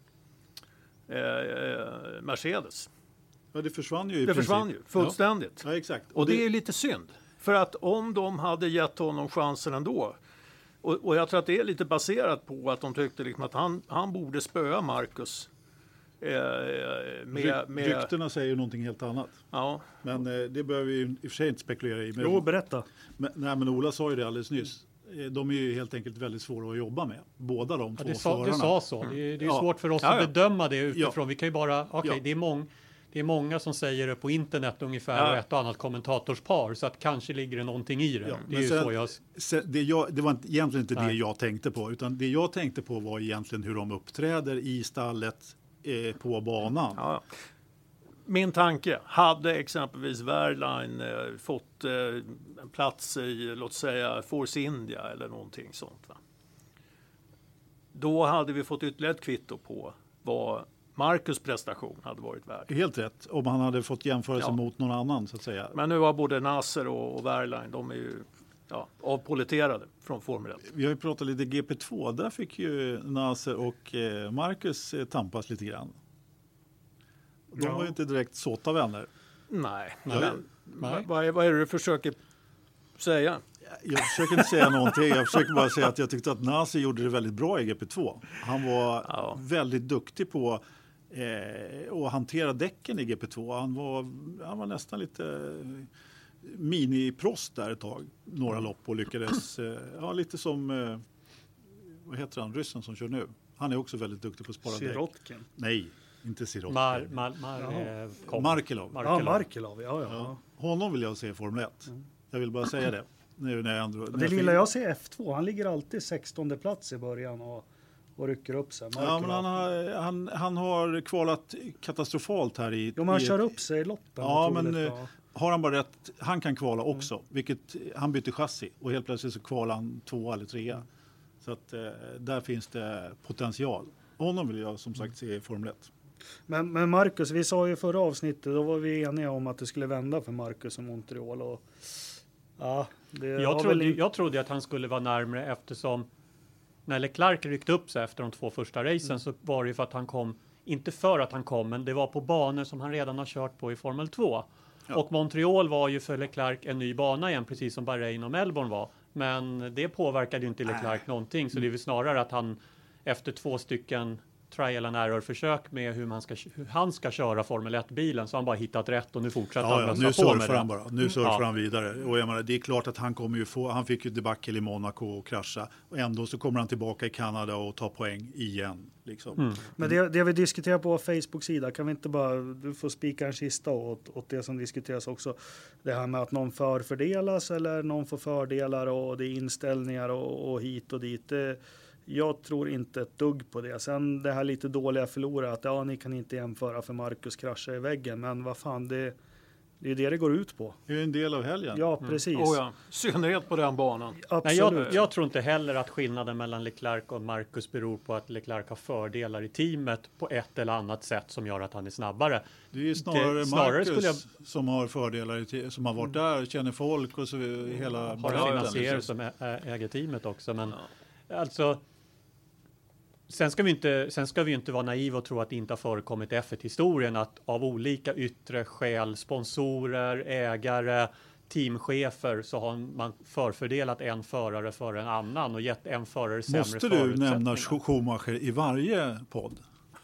eh, Mercedes. Ja, det försvann ju i Det princip. försvann ju fullständigt. Ja, ja exakt. Och, och det, det är lite synd. För att om de hade gett honom chansen ändå. Och, och jag tror att det är lite baserat på att de tyckte liksom att han, han borde spöa Marcus. Eh, med, med, Ryktena säger ju någonting helt annat. Ja. Men eh, det behöver vi i och för sig inte spekulera i. Men, Jo, berätta. Men, nej, men Ola sa ju det alldeles nyss. De är ju helt enkelt väldigt svåra att jobba med. Båda de Ja, två det sa, förarna. du sa så. Det är, det är Ja. svårt för oss Ja, ja. att bedöma det utifrån. Ja. Vi kan ju bara, okej, okay, Ja. det är många. Det är många som säger det på internet ungefär Ja. och ett och annat kommentatorspar, så att kanske ligger det någonting i det. Ja, det är men ju sen- så jag... Sen, det, jag, det var inte, egentligen inte Nej. det jag tänkte på, utan det jag tänkte på var egentligen hur de uppträder i stallet eh, på banan. Ja. Min tanke, hade exempelvis Wehrlein eh, fått eh, en plats i, låt säga, Force India eller någonting sånt, va? Då hade vi fått ytterligare ett kvitto på vad Marcus prestation hade varit värd. Helt rätt, om han hade fått jämförelse Ja. mot någon annan så att säga. Men nu har både Nasser och, och Wehrlein, de är ju ja, avpoliterade från Formel ett. Vi har ju pratat lite G P två, där fick ju Nasser och eh, Marcus eh, tampas lite grann. De Ja. var ju inte direkt såta vänner. Nej, Nej. men Nej. vad, är, vad är det du försöker säga? Jag försöker inte säga någonting, jag försöker bara säga att jag tyckte att Nasser gjorde det väldigt bra i G P två. Han var Ja. väldigt duktig på eh, att hantera däcken i G P två. Han var, han var nästan lite eh, mini-prost där ett tag, några lopp och lyckades, eh, ja lite som, eh, vad heter han, ryssen som kör nu. Han är också väldigt duktig på att spara däck. Sirotkin. Nej, inte Sirotkin. Mar, mar, mar, Jaha. eh, kom. Markelov. Ja, Markelov. Markelov. Ja, ja. Ja. Honom vill jag se i Formel ett. Jag vill bara säga det. Nu när jag ändå, när Det jag lilla fick- jag ser F två, han ligger alltid sextonde plats i början och, och rycker upp sig. Ja, Markelov. men han, har, han, han har kvalat katastrofalt här i... Jo, men han i kör ett- upp sig i loppen. Ja, otroligt men bra. eh, har han bara rätt, han kan kvala också. Vilket, han bytte chassi och helt plötsligt så kvalar han två eller trea. Så att eh, där finns det potential. Honom vill jag som sagt se i Formel ett. Men, men Marcus, vi sa ju i förra avsnittet, då var vi eniga om att det skulle vända för Marcus och Montreal. Och, ja, det Jag har trodde, väl in- jag trodde att han skulle vara närmare, eftersom när Leclerc ryckte upp sig efter de två första racen Mm. så var det ju för att han kom, inte för att han kom, men det var på banor som han redan har kört på i Formel två. Ja. Och Montreal var ju för Leclerc en ny bana igen, precis som Bahrain och Melbourne var. Men det påverkade ju inte Leclerc någonting, så det är väl snarare att han efter två stycken trial and error-försök med hur, man ska, hur han ska köra Formel ett-bilen, så har han bara hittat rätt och nu fortsätter Ja, han ja, mössa nu på surfar med det. han bara. Nu surfar Ja. han vidare. Och jag menar, det är klart att han kommer ju få, han fick ju debacle i Monaco och krascha. Och ändå så kommer han tillbaka i Kanada och tar poäng igen. Liksom. Mm. Men det, det vi diskuterar på vår Facebook-sida, kan vi inte bara, du får spika en kista åt, åt det som diskuteras också. Det här med att någon förfördelas eller någon får fördelar och det är inställningar och, och hit och dit. Det, jag tror inte ett dugg på det. Sen det här lite dåliga förlorare, att ja, ni kan inte jämföra för Marcus kraschar i väggen. Men vad fan, det, Det är det det går ut på. Det är en del av helgen. Ja, precis. Mm. Oh ja. Synnerhet på den banan. Absolut. Nej, jag, jag tror inte heller att skillnaden mellan Leclerc och Marcus beror på att Leclerc har fördelar i teamet på ett eller annat sätt som gör att han är snabbare. Det är ju snarare, Det- snarare Marcus skulle jag- som har fördelar, i te- som har varit där, känner folk och så hela Har en baletten, finansiär liksom. som ä- ä- äger teamet också. Men alltså, sen ska vi inte, sen ska vi inte vara naiva och tro att det inte har förekommit i F ett-historien att av olika yttre skäl, sponsorer, ägare, teamchefer, så har man förfördelat en förare för en annan och gett en förare sämre Måste du förutsättningar. nämna Schumacher i varje podd?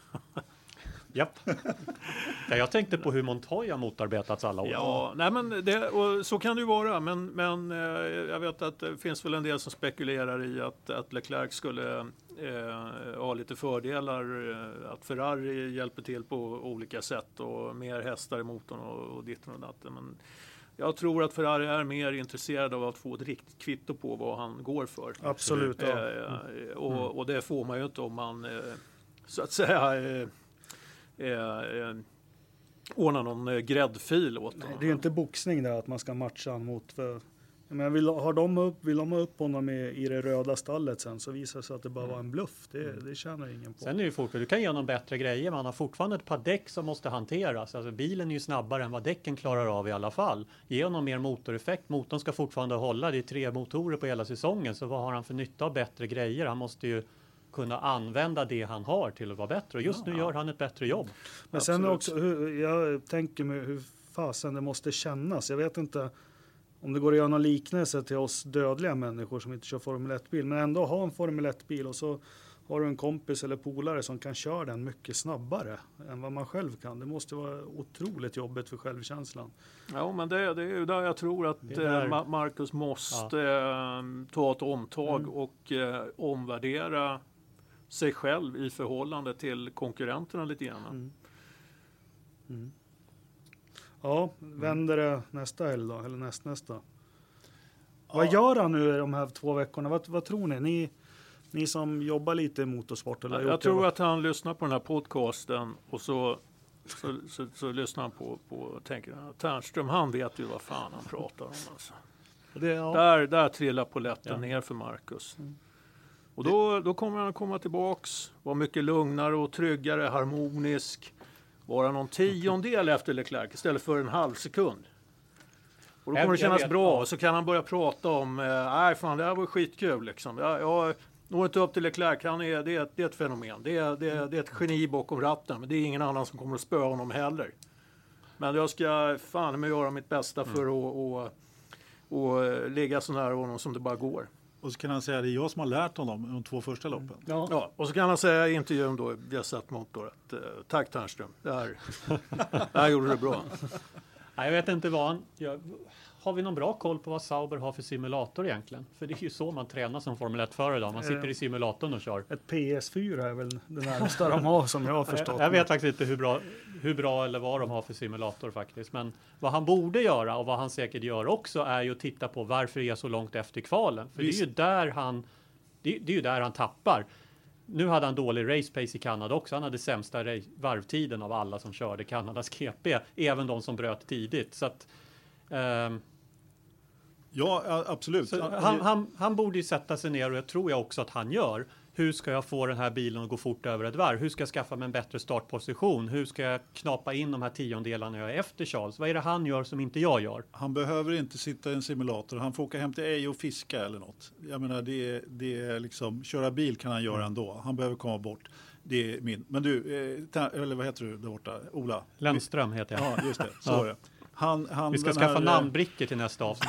Japp. Ja, jag tänkte på hur Montoya motarbetats alla år. Ja, nej men det, och så kan det ju vara, men, men eh, jag vet att det finns väl en del som spekulerar i att, att Leclerc skulle eh, ha lite fördelar, eh, att Ferrari hjälper till på olika sätt och mer hästar i motorn och, och ditten och datten. Men jag tror att Ferrari är mer intresserad av att få ett riktigt kvitto på vad han går för. Absolut. Ja. Eh, och, och det får man ju inte om man eh, så att säga eh, eh, eh, ordna någon eh, gräddfil åt Nej, honom. det är ju inte boxning där att man ska matcha han mot. För, jag menar, vill, har de upp, vill de ha upp honom i, i det röda stallet sen så visar det sig att det bara var en bluff. Det, det tjänar ingen på. Sen är det ju fortfarande, du kan ge honom bättre grejer, men han har fortfarande ett par däck som måste hanteras. Alltså bilen är ju snabbare än vad däcken klarar av i alla fall. Ge honom mer motoreffekt. Motorn ska fortfarande hålla. Det är tre motorer på hela säsongen. Så vad har han för nytta av bättre grejer? Han måste ju kunna använda det han har till att vara bättre. Och just nu gör han ett bättre jobb. Men sen Absolut. också, hur, jag tänker mig hur fasen det måste kännas. Jag vet inte om det går att göra någon liknelse till oss dödliga människor som inte kör Formel ett-bil. Men ändå ha en Formel ett-bil och så har du en kompis eller polare som kan köra den mycket snabbare än vad man själv kan. Det måste vara otroligt jobbigt för självkänslan. Ja, men det, det är ju där jag tror att Det är där- eh, Ma- Marcus måste eh, ta ett omtag Mm. och eh, omvärdera sig själv i förhållande till konkurrenterna lite grann. Mm. Mm. Ja, vänder det nästa helg då, eller nästnästa? Vad gör han nu i de här två veckorna? Vad, vad tror ni? ni? Ni som jobbar lite i motorsport? Eller har Jag gjort tror det, att han lyssnar på den här podcasten och så, så, så, så lyssnar han på, på och tänker att Ternström, han vet ju vad fan han pratar om. Alltså. Det, ja. Där, där trillar polletten Ja. ner för Marcus. Och då, då kommer han komma tillbaks, vara mycket lugnare och tryggare, harmonisk, vara någon tiondel efter Leclerc istället för en halv sekund. Och då Jag- kommer det jag kännas vet, bra ja. och så kan han börja prata om, eh, nej fan det här var skitkul liksom. Jag, jag når inte upp till Leclerc, han är, det, är ett, det är ett fenomen. Det är, det, är, det är ett geni bakom ratten, men det är ingen annan som kommer att spöa honom heller. Men jag ska fan med göra mitt bästa för att och, och ligga så nära honom som det bara går. Och så kan han säga att det är jag som har lärt honom de två första loppen. Ja. Ja, och så kan han säga i intervjun då, Viasat Motor, att eh, tack Ternström, det här, det här gjorde du bra. Nej, jag vet inte vad han... Jag, har vi någon bra koll på vad Sauber har för simulator egentligen? För det är ju så man tränar som Formel ett-förare idag. Man sitter i simulatorn och kör. Ett P S fyra är väl det närmsta de har som jag har förstått. Jag, jag vet faktiskt inte hur bra, hur bra eller vad de har för simulator faktiskt. Men vad han borde göra och vad han säkert gör också är ju att titta på varför det är så långt efter kvalen. För Visst. det är ju där han, det, det är ju där han tappar. Nu hade han dålig race pace i Kanada också. Han hade sämsta race, varvtiden av alla som körde Kanadas G P. Även de som bröt tidigt. Så att, ehm, Ja, a- absolut. så Ja, han, han, han borde ju sätta sig ner och jag tror jag också att han gör. Hur ska jag få den här bilen att gå fort över ett varv? Hur ska jag skaffa mig en bättre startposition? Hur ska jag knapa in de här tiondelarna jag är efter Charles? Vad är det han gör som inte jag gör? Han behöver inte sitta i en simulator. Han får åka hem till Ej och fiska eller något. Jag menar, det är, det är liksom, köra bil kan han göra ändå. Han behöver komma bort. Det är min. Men du, eh, ta- eller vad heter du där borta? Ola? Lennström heter jag. Ja, just det. Så Ja. är det. Han, han, Vi ska den skaffa här, namnbrickor till nästa avsnitt.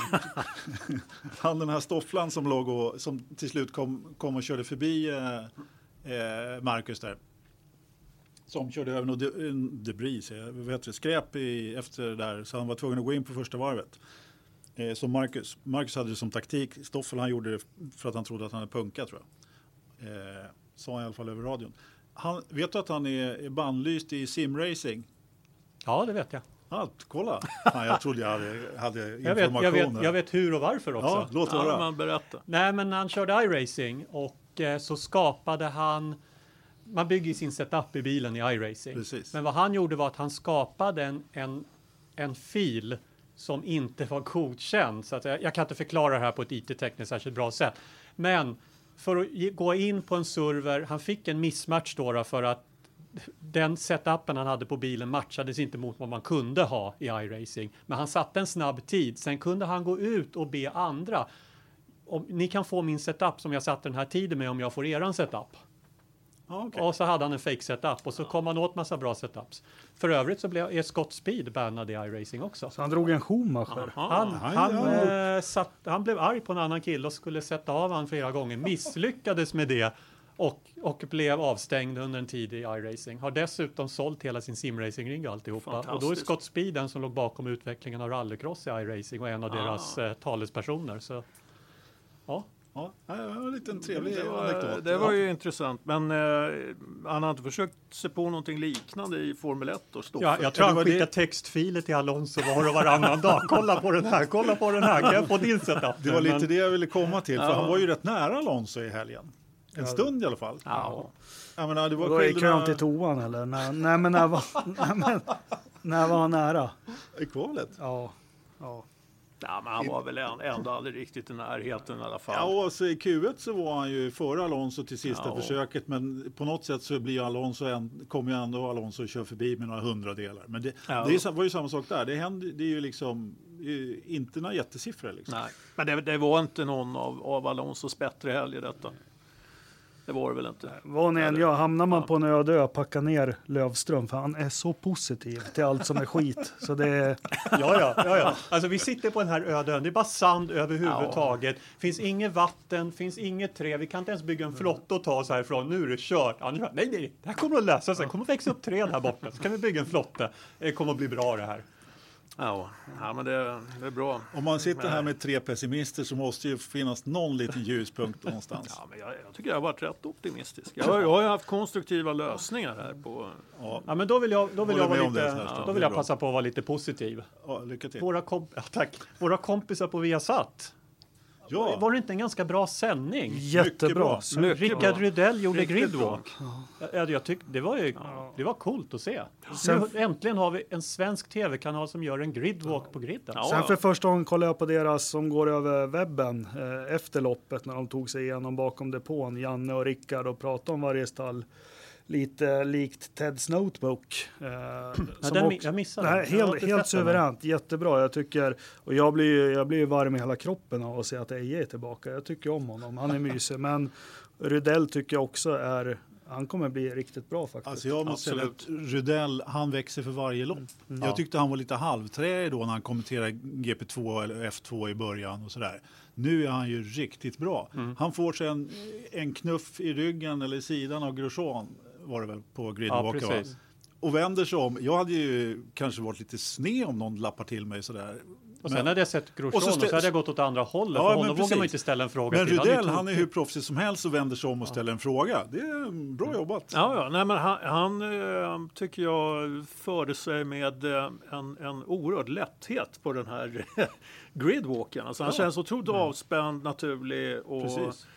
Han den här Stofflan som låg och som till slut kom, kom och körde förbi eh, eh, Marcus där. Som körde över något de, en debris, eh, vad heter det, skräp i, efter det där. Så han var tvungen att gå in på första varvet. Eh, så Marcus, Marcus hade det som taktik. Stoffel han gjorde det för att han trodde att han hade punkat tror jag. Eh, sa han i alla fall över radion. Han, vet du att han är, är bannlyst i simracing? Ja, det vet jag. Ja, kolla. Fan, jag trodde jag hade, hade Jag information. vet, jag, vet, där. jag vet hur och varför också. Ja, låt höra. Ja, man berätta. Nej, men han körde iRacing och eh, så skapade han... Man bygger ju sin setup i bilen i iRacing. Precis. Men vad han gjorde var att han skapade en, en en fil som inte var godkänd. Så att jag, jag kan inte förklara det här på ett I T-tekniskt särskilt bra sätt. Men för att gå in på en server, han fick en missmatch då för att den setupen han hade på bilen matchades inte mot vad man kunde ha i iRacing. Men han satte en snabb tid. Sen kunde han gå ut och be andra. Om, ni kan få min setup som jag satte den här tiden med om jag får eran setup. Ah, okay. Och så hade han en fake setup och så kom han åt massa bra setups. För övrigt så blev är Scott Speed bannad i iRacing också. Så han drog en Schumacher. Han, Aha, han, ja. eh, satt, han blev arg på en annan kille och skulle sätta av han flera gånger. Misslyckades med det och, och blev avstängd under en tid i iRacing. Har dessutom sålt hela sin simracing-ring och alltihopa. Och då är Scott Speed den som låg bakom utvecklingen av rallycross i iRacing och en av ah. deras eh, talespersoner. Så, ja. Ja, det var en liten trevlig det var, anekdot. det var ju intressant, men eh, han har inte försökt se på någonting liknande i Formel ett och stå Ja, för. jag tror Ja, han det var skickar det- textfiler till Alonso var och varannan dag. Kolla på den här, kolla på den här, kan jag få din setup? Det var lite Men- det jag ville komma till, för Ja. han var ju rätt nära Alonso i helgen. En stund i alla fall. Ja. Jag menar, det var Då gick skillnaderna- han till toan eller? Nej, nej men när var, nej, men, när var han nära? i kvalet. Ja, ja. Ja, men han var väl ändå aldrig riktigt i närheten i alla fall. Ja, och så i Q ett så var han ju före Alonso till sista Ja. försöket, men på något sätt så blir Alonso en, kommer ju ändå Alonso och kör förbi med några hundradelar. Men det, Ja. det är, ju- var ju samma sak där. Det, hände, det är ju liksom eh, inte några jättesiffror liksom. Nej, men det, det var inte någon av, av Alonsos bättre helg i detta. Det var det väl inte. Vad ni än Eller- gör, hamnar man Ja. på en öde ö, packa ner Lövström, för han är så positiv till allt som är skit. Så det är, Ja, ja, ja, ja. Alltså vi sitter på den här öden. Det är bara sand överhuvudtaget. Finns inget vatten, finns inget trä. Vi kan inte ens bygga en flotte och ta oss härifrån. Nu är det kört. Ja, nu, nej, nej, det här kommer att lösa sig. Det kommer att växa upp träd här borta. Så kan vi bygga en flotte. Det kommer att bli bra det här. Ja, ja men det, det är bra. Om man sitter här med tre pessimister så måste ju finnas någon liten ljuspunkt någonstans. Ja, men jag, jag tycker jag har varit rätt optimistisk. Jag, har- jag har ju haft konstruktiva lösningar här på... Ja, Ja, men då vill jag, då vill Håller jag, vara med om lite, det, Särström. då Det vill är jag bra. passa på att vara lite positiv. ja, lycka till. Våra, komp- ja, tack. Våra kompisar på Viasat. Ja, Var det inte en ganska bra sändning? jättebra. bra. Mycket Rickard bra. Rydell gjorde Riktigt gridwalk. Jag, jag tyckte det var ju det var coolt att se. Sen- Nu, äntligen har vi en svensk tv-kanal som gör en gridwalk på griden. Ja. Sen för första gången kollade jag på deras som går över webben eh, efter loppet när de tog sig igenom bakom depån, Janne och Rickard, och pratade om varje stall. Lite likt Teds Notebook. Eh, Ja, som den, mi- också- jag missade Nej, den. Jag har helt, inte helt sett den. suveränt, jättebra. Jag tycker, och jag blir ju jag blir ju varm i hela kroppen av att se att Eje är tillbaka. Jag tycker om honom, han är mysig. Men Rydell tycker jag också är, han kommer bli riktigt bra faktiskt. alltså jag måste säga att Absolut. Rydell, han växer för varje lopp. Jag tyckte han var lite halvträig då när han kommenterade G P två eller F två i början och sådär. Nu är han ju riktigt bra. Han får sig en, en knuff i ryggen eller i sidan av Grosjean var det väl på Ja, gridwalken, va? precis. Och vänder sig om. Jag hade ju kanske varit lite sned om någon lappar till mig sådär. Och sen Men- hade jag sett Grosjean Och och så så, stä- hade jag gått åt andra hållet. Ja, för men honom vågar precis. man inte ställa en fråga Men till. är ju Rydell, han är tokig. hur proffsig som helst och vänder sig om och ställer en fråga. Det är bra jobbat. Ja, ja. Nej, men han, han eh, tycker jag förde sig med eh, en, en oerhörd lätthet på den här gridwalken. Alltså, han Ja. känns otroligt avspänd, naturlig. Och, Precis.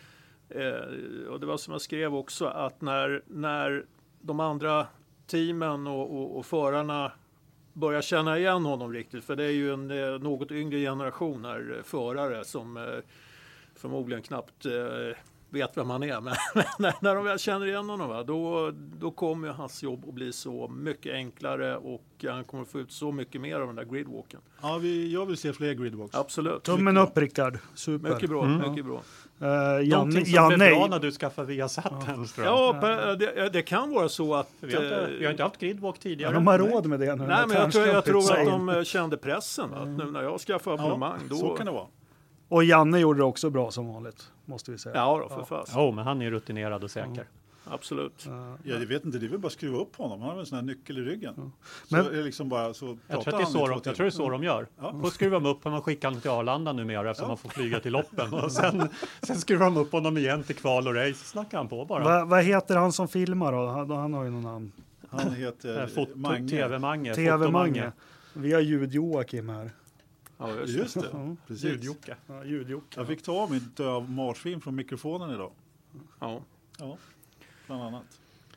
eh, och det var som jag skrev också, att när, när de andra teamen och, och, och förarna börjar känna igen honom riktigt, för det är ju en eh, något yngre generation här, eh, förare som eh, förmodligen knappt eh, vet vem han är. Men när, när de väl känner igen honom, va, då, då kommer ju hans jobb att bli så mycket enklare och han kommer få ut så mycket mer av den där gridwalken. Ja, vi, jag vill se fler gridwalks. Absolut. Tummen upp Rickard, super. Mycket bra, mycket bra. Eh, Janne, Någonting som blev bra Janne, när du skaffade Viasat ens, tror jag. Ja, per- det, det kan vara så att... Vi har, inte, eh, vi har inte haft gridwalk ja, tidigare. de har råd med det nu. Nej, men jag tror, jag tror att de de... eh, kände pressen. Va? Att nu när jag skaffade abonnemang, Ja, då... så kan det vara. Och Janne gjorde det också bra som vanligt, måste vi säga. Ja, då, för fast. Jo, men han är rutinerad och säker. Absolut. Eh, Jag vet inte, det är väl bara att skruva upp honom. Han har en sån här nyckel i ryggen. Så Men- är det liksom bara så Jag tror, pratar att det är han i så två de, jag timmar. tror det är så de gör. Ja. Då skruvar de upp honom och skickar honom till Arlanda numera eftersom man får flyga till loppen. Och sen, sen skruvar de upp honom igen till kval och race. Så snackar han på bara. Vad vad heter han som filmar då? Han, han har ju någon namn. Han heter Eh, Foto, Mange. T V-Mange. T V-Mange. Vi har ljud-Joakim här. Ja, just det. Just det, Ja. precis. Ljud-Jocke. Ja, ljud-Jocke. Jag fick ta av mitt döv marsvin från mikrofonen idag. Ja. Ja, bland annat.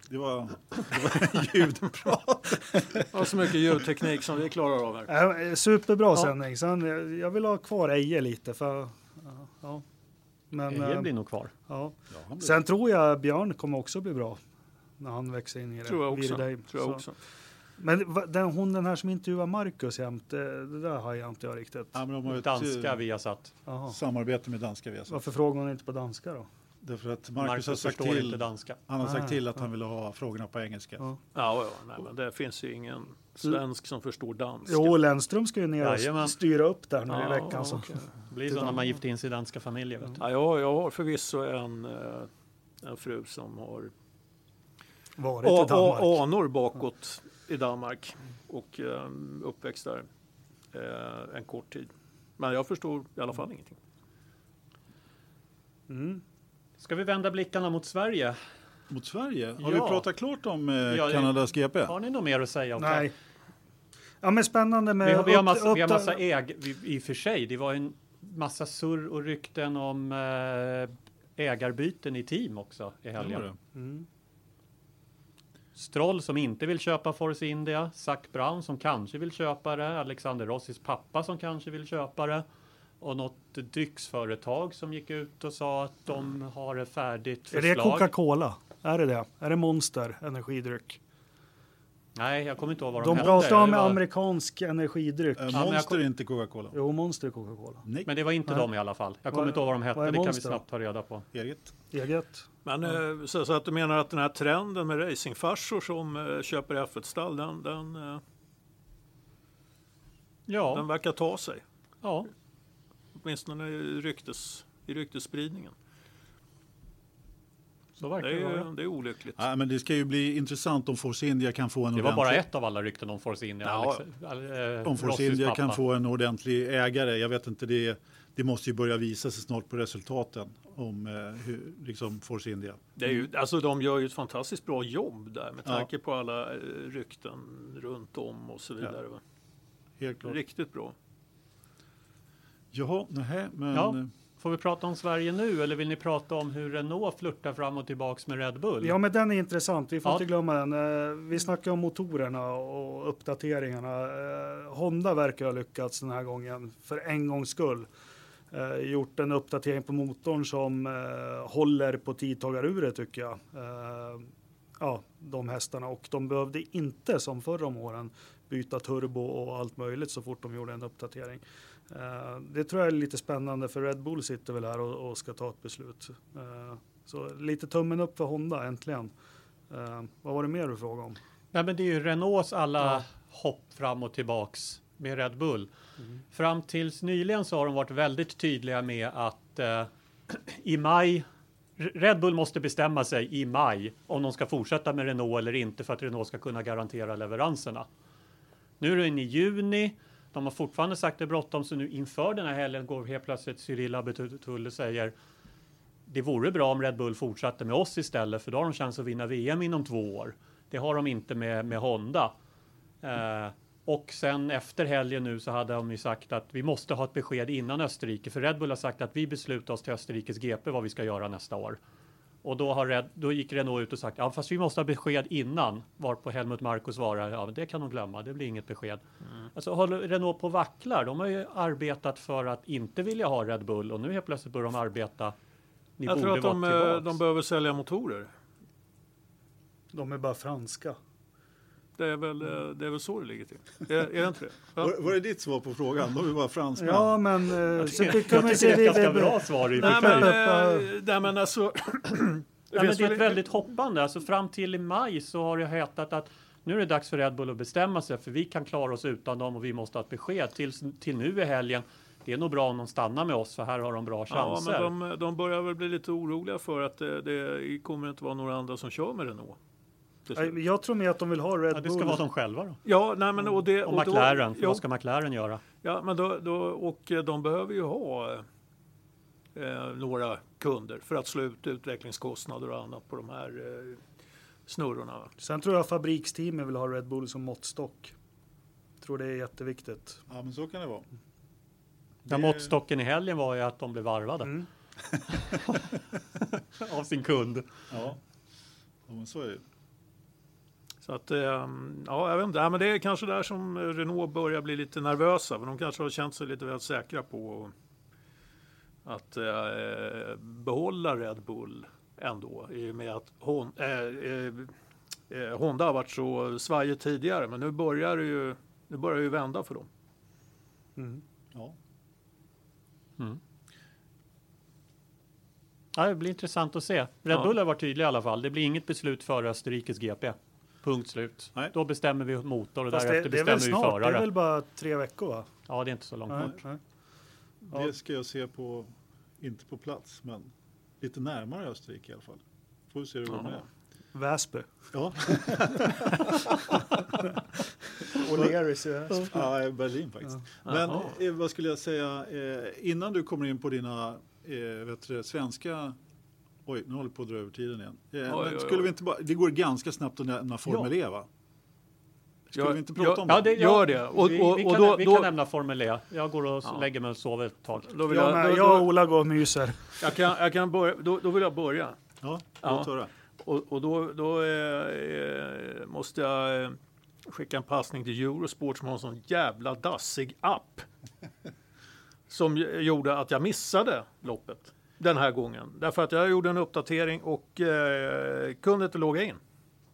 Det var, det var ljudprat. Och så mycket ljudteknik som vi klarar av här. Äh, superbra Ja. sändning. Sen, jag, jag vill ha kvar Eje lite. För, ja, ja. Men, Eje äh, blir nog kvar. ja. Ja, han blev- Sen tror jag Björn kommer också bli bra. När han växer in i det. Tror jag också. Virdheim. Tror jag Så- också. Men va- den, hon den här som intervjuar Marcus jämt, det, det där har jag inte jag riktigt. Ja, men de har ett Danska eh, vi har satt. Jaha. samarbete med danska Viasat. Varför frågar hon inte på danska då? Därför att Marcus, Marcus har sagt förstår inte till, danska. han har sagt Ah, till att ah. han vill ha frågorna på engelska. Ja. Ja, ja nej, men det finns ju ingen svensk som förstår danska. Jo, Lennström ska ju ner och Jajamän. styra upp där nu Ja, i veckan. ja, Så. okej. Det blir så när man gifter in sig i danska familjer. Vet du. Ja, jag, jag har förvisso en, eh, en fru som har Varit i a- Danmark. a- anor bakåt i Danmark och eh, uppväxt där eh, en kort tid. Men jag förstår i alla fall ingenting. Mm. Ska vi vända blickarna mot Sverige? Mot Sverige? Har Ja. vi pratat klart om eh, Ja, det- Kanadas G P? Har ni något mer att säga om det? Nej. Ja, men spännande med... Vi har, vi har upp- massa, vi har upp- massa äg, vi- i och för sig, det var en massa surr och rykten om eh, ägarbyten i team också i Det var helgen. det. Mm. Stroll som inte vill köpa Force India, Zac Brown som kanske vill köpa det, Alexander Rossis pappa som kanske vill köpa det och något drycksföretag som gick ut och sa att de har ett färdigt Är förslag. det Coca-Cola? Är det det? Är det Monster energidryck? Nej, jag kommer inte ihåg vad de, De hette. pratar om Det var- amerikansk energidryck. Eh, men jag Monster kom- är inte Coca-Cola. Jo, Monster är Coca-Cola. Nej, Men det var inte Nej. de i alla fall. Jag kommer Vad- inte ihåg vad de hette, vad är det kan vi Monster då? snabbt ta reda på. eget. Eget. Men eh, så, så att du menar att den här trenden med racingfarsor som eh, köper F ett-stall, den, den, eh, Ja, den verkar ta sig. ja. Åtminstone i, ryktes, i ryktesspridningen. Så Det verkar är, det ju- vara. det är olyckligt. Ja, men det ska ju bli intressant om Force India kan få en Det var bara ordentlig- ett av alla rykten om Force India. Ja. Alex, äh, Om Force India kan få en ordentlig ägare. Jag vet inte, det, det måste ju börja visa sig snart på resultaten om eh, hur, liksom Force India. Det är ju, alltså de gör ju ett fantastiskt bra jobb där med Ja. tanke på alla eh, rykten runt om och så vidare. va? Helt klart. Riktigt bra. Jaha, nej, men Ja. eh, Får vi prata om Sverige nu eller vill ni prata om hur Renault flirtar fram och tillbaks med Red Bull? Ja, men den är intressant. Vi får Ja. inte glömma den. Eh, Vi snackar om motorerna och uppdateringarna. Eh, Honda verkar ha lyckats den här gången för en gångs skull. Eh, Gjort en uppdatering på motorn som eh, håller på tidtagaruret tycker jag. Eh, Ja, de hästarna. Och de behövde inte som förra om åren byta turbo och allt möjligt så fort de gjorde en uppdatering. Eh, Det tror jag är lite spännande för Red Bull sitter väl här och, och ska ta ett beslut. Eh, Så lite tummen upp för Honda äntligen. Eh, vad var det mer du frågade om? Nej, men det är ju Renaults alla Ja. hopp fram och tillbaks med Red Bull. Fram tills nyligen så har de varit väldigt tydliga med att eh, i maj, R- Red Bull måste bestämma sig i maj om de ska fortsätta med Renault eller inte för att Renault ska kunna garantera leveranserna. Nu är det inne i juni. De har fortfarande sagt det är bråttom så nu inför den här helgen går helt plötsligt Cyril Abiteboul och säger det vore bra om Red Bull fortsatte med oss istället för då har de chans att vinna V M inom två år. Det har de inte med, med Honda. Eh, och sen efter helgen nu så hade de ju sagt att vi måste ha ett besked innan Österrike. För Red Bull har sagt att vi beslutar oss till Österrikes G P vad vi ska göra nästa år. Och då, har Red, då gick Renault ut och sagt ja fast vi måste ha besked innan. Varpå Helmut Marko svarar ja men det kan de glömma, det blir inget besked. Mm. Alltså håller Renault på och vacklar. De har ju arbetat för att inte vilja ha Red Bull och nu helt plötsligt börjar de arbeta. Ni Jag borde tror att de, vara eh, tillbaks. de behöver sälja motorer. De är bara franska. Det är väl, eh, det är väl så det ligger till. Är, är det inte det? Ja. var, var det ditt svar på frågan? De är bara fransmän. Ja, men... eh, så Jag kan man tycker se det är ett det- ganska det- bra svar i och Nej, för sig. men, eh, nej, men alltså... Ja, men finns det är väl- ett väldigt hoppande. Alltså fram till i maj så har det hetat att nu är det dags för Red Bull att bestämma sig för vi kan klara oss utan dem och vi måste ha ett besked. Till, till nu i helgen, det är nog bra om de stannar med oss för här har de bra Ja, chanser. men de, de börjar väl bli lite oroliga för att det, det kommer inte vara några andra som kör med Renault. till slut. Nej, Jag tror mer att de vill ha Red ja, det Bull. ska vara de själva då. Ja, nej, men och det... Och då- McLaren, för ja, vad ska McLaren göra? ja, men då, då, och eh, de behöver ju ha eh, några kunder för att slå ut utvecklingskostnader och annat på de här eh, snurrorna. Sen tror jag fabriksteamet vill ha Red Bull som måttstock. Tror det är jätteviktigt. Ja, men så kan det vara. Den Det- måttstocken i helgen var ju att de blev varvade Mm. av sin kund. Ja, ja men så är det. Så att, eh, ja, jag vet inte. Ja, men det är kanske där som Renault börjar bli lite nervösa. Men de kanske har känt sig lite väl säkra på att eh, behålla Red Bull ändå. I och med att hon, eh, eh, Honda har varit så svajigt tidigare. Men nu börjar det ju, nu börjar det ju vända för dem. Mm. Ja. Mm. Ja, det blir intressant att se. Red Ja. Bull har varit tydlig i alla fall. Det blir inget beslut före Österrikes G P. Punkt slut. Nej. Då bestämmer vi motor och Fast därefter det, det är bestämmer väl vi snart, förare. det är väl bara tre veckor va? Ja, det är inte så långt Nej, bort. nej. Ja. Det ska jag se på, inte på plats, men lite närmare Österrike i alla fall. Får vi se hur det går med. Väsby. Ja, O'Learys i Väsby. ja, Berlin faktiskt. Men Jaha. eh, vad skulle jag säga, eh, innan du kommer in på dina eh, vet du, svenska... Oj, nu håller jag på att dra över tiden igen. Eh, Oj, men oj, skulle oj. vi inte bara, det går ganska snabbt att nämna Formel E, va? Skulle Ja, vi inte prata ja, om Ja, det? det, Gör ja, det. Och- vi, och- vi, och kan, då- vi då- kan nämna Formel E. Jag går och Ja. lägger mig och sover ett tag. Då vill Jag, jag, med, då, jag och då, Ola går och myser. jag, kan, jag kan börja, då, då vill jag börja. Ja, Ja. låt höra. Och, och då, då eh, eh, måste jag eh, skicka en passning till Eurosport som har en sån jävla dassig app. Som ju- gjorde att jag missade loppet den här gången. Därför att jag gjorde en uppdatering och eh, kunde inte logga in.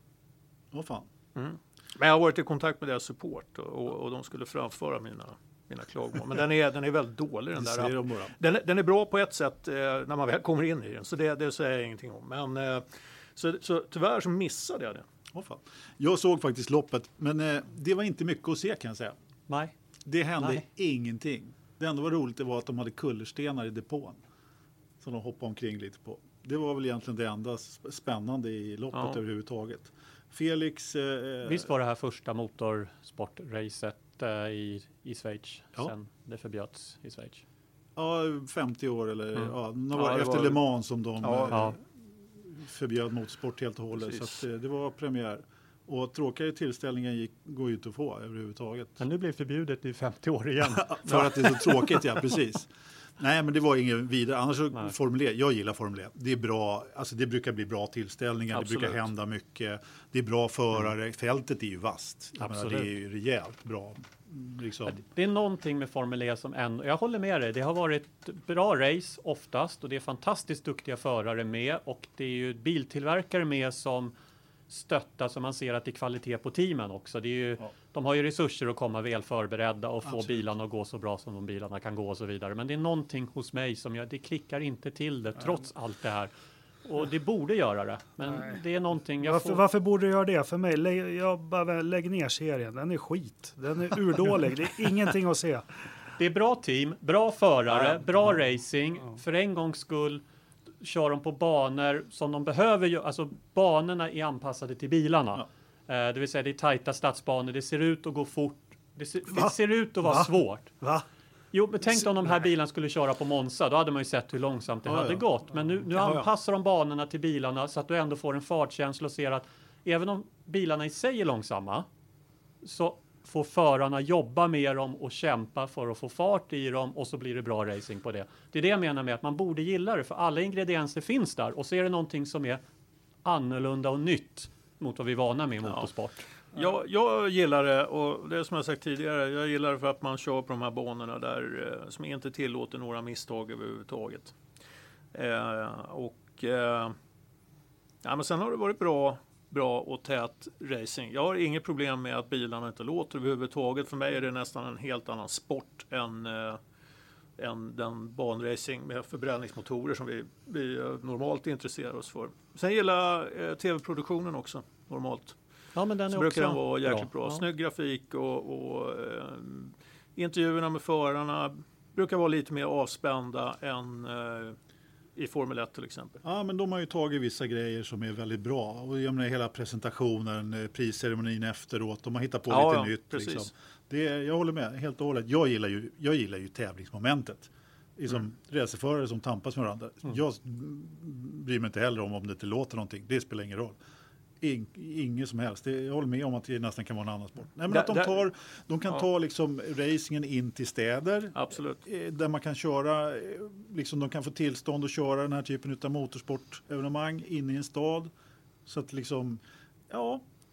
Åh fan. Mm. Men jag har varit i kontakt med deras support och, och de skulle framföra mina, mina klagomål. Men den är, den är väldigt dålig den Det där säger appen. de bara. Den, är- den är bra på ett sätt eh, när man väl kommer in i den, så det, det säger jag ingenting om. Men eh, så, så tyvärr så missade jag det. Åh fan. Jag såg faktiskt loppet, men eh, det var inte mycket att se kan jag säga. Nej. Det hände Nej. ingenting. Det enda var roligt det var att de hade kullerstenar i depån. Som de hoppade omkring lite på. Det var väl egentligen det enda sp- spännande i loppet Ja. överhuvudtaget. Felix... Eh, Visst var det här första motorsportracet eh, i, i Schweiz Ja. sen det förbjöds i Schweiz? Ja, femtio år eller Mm. ja, det Ja, var det efter var- Le Mans som de Ja. eh, Ja. förbjöd motorsport helt och hållet. Precis. Så att, eh, det var premiär. Och tråkigare tillställningen gick, går ju inte att få överhuvudtaget. Men nu blir det förbjudet i femtio år igen. För att det är så tråkigt, ja precis. Nej, men det var ingen vidare. Annars så Nej. Formel E, jag gillar Formel E. Det är bra, alltså det brukar bli bra tillställningar, Absolut. det brukar hända mycket. Det är bra förare, fältet är ju vasst. Jag menar, Absolut. det är ju rejält bra. Liksom. Det är någonting med Formel E som ändå, jag håller med dig, det har varit bra race oftast och det är fantastiskt duktiga förare med och det är ju biltillverkare med som stöttar så man ser att det är kvalitet på teamen också. Det är ju, Ja. De har ju resurser att komma väl förberedda och få Absolut. bilarna att gå så bra som de bilarna kan gå och så vidare. Men det är någonting hos mig som jag, det klickar inte till det trots allt det här. Och det borde göra det. Men Nej. det är någonting jag Varför, får... varför borde du göra det? För mig, lä, jag bara lägg ner serien. Den är skit. Den är urdålig. Det är ingenting att se. Det är bra team, bra förare, Ja. bra racing. För en gångs skull kör de på banor som de behöver. gö- Alltså banorna är anpassade till bilarna. Eh, det vill säga det är tajta stadsbanor. Det ser ut att gå fort. Det ser, det Va? ser ut att vara Va? svårt. Va? Jo, men tänk om de här bilarna skulle köra på Monza. Då hade man ju sett hur långsamt det Ja, hade ja. gått. Men nu, nu Ja, ja. anpassar de banorna till bilarna så att du ändå får en fartkänsla och ser att även om bilarna i sig är långsamma så får förarna jobba med dem och kämpa för att få fart i dem och så blir det bra racing på det. Det är det jag menar med att man borde gilla det för alla ingredienser finns där och så är det någonting som är annorlunda och nytt mot vad vi är vana med i motorsport. Jag, jag gillar det och det är som jag sagt tidigare, jag gillar det för att man kör på de här banorna där eh, som inte tillåter några misstag överhuvudtaget. Eh, och eh, ja, men sen har det varit bra, bra och tät racing. Jag har inget problem med att bilarna inte låter överhuvudtaget. För mig är det nästan en helt annan sport än, eh, än den banracing med förbränningsmotorer som vi, vi eh, normalt intresserar oss för. Sen gillar jag eh, tv-produktionen också normalt. Ja, men den Så är brukar också den vara jäkligt bra. Ja. Snygg grafik och, och eh, intervjuerna med förarna brukar vara lite mer avspända än eh, i Formel ett till exempel. Ja, men de har ju tagit vissa grejer som är väldigt bra. Och jag menar hela presentationen, eh, prisceremonin efteråt. De har hittat på Ja, lite ja, nytt. precis. Liksom. Det, är- jag håller med helt och hållet. Jag gillar ju, jag gillar ju tävlingsmomentet. Liksom Mm. racerförare som tampas med varandra. Jag mm, bryr mig inte heller om om det inte låter någonting. Det spelar ingen roll. In, inget som helst. Det, jag håller med om att det nästan kan vara en annan sport. Nej, men Där- att de, där- tar, de kan Ja. ta liksom racingen in till städer. Absolut. eh, Där man kan köra, eh, liksom de kan få tillstånd att köra den här typen av motorsportevenemang inne i en stad. Så att liksom, ja,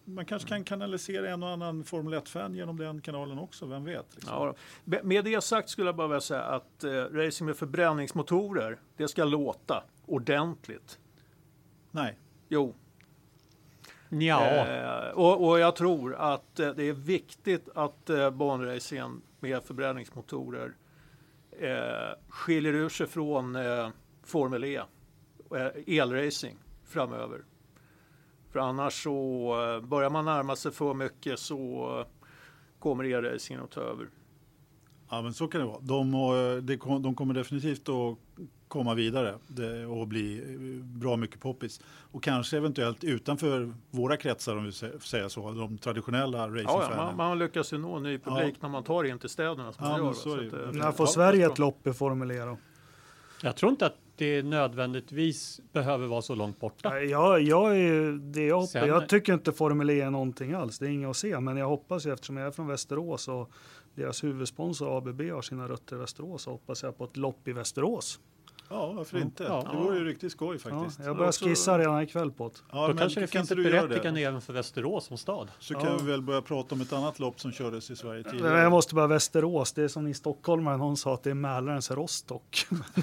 man kanske kan kanalisera en och annan Formel ett-fan genom den kanalen också, vem vet? Liksom. Ja, med det sagt skulle jag bara vilja säga att eh, racing med förbränningsmotorer, det ska låta ordentligt. Nej. Jo. Ja. Eh, och, och jag tror att eh, det är viktigt att eh, banracingen med förbränningsmotorer eh, skiljer ur sig från eh, Formel E, eh, elracing framöver. För annars så eh, börjar man närma sig för mycket så eh, kommer elracingen att ta över. Ja, men så kan det vara. De, och, det, de kommer definitivt att komma vidare det, och bli bra mycket poppis. Och kanske eventuellt utanför våra kretsar, om vi säger så, de traditionella racingfanen. Ja, ja, man, man lyckas ju nå ny publik ja. när man tar in till städerna. Som ja, gör, så så är att, när får Sverige ett lopp i Formel E då? Jag tror inte att det nödvändigtvis behöver vara så långt borta. Ja, jag, är, det jag, hoppas, Sen, jag tycker inte Formel E är någonting alls. Det är inget att se. Men jag hoppas ju, eftersom jag är från Västerås och deras huvudsponsor A B B har sina rötter i Västerås, så hoppas jag på ett lopp i Västerås. Ja, varför inte? Ja. Det vore ju riktigt skoj faktiskt. Ja, jag börjar skissa redan ikväll på det. Ja, då kanske det finns ett berättigande även för Västerås som stad. Så kan ja. vi väl börja prata om ett annat lopp som kördes i Sverige tidigare. Jag måste bara Västerås. Det är som i Stockholm, någon sa att det är Mälarens Rostock.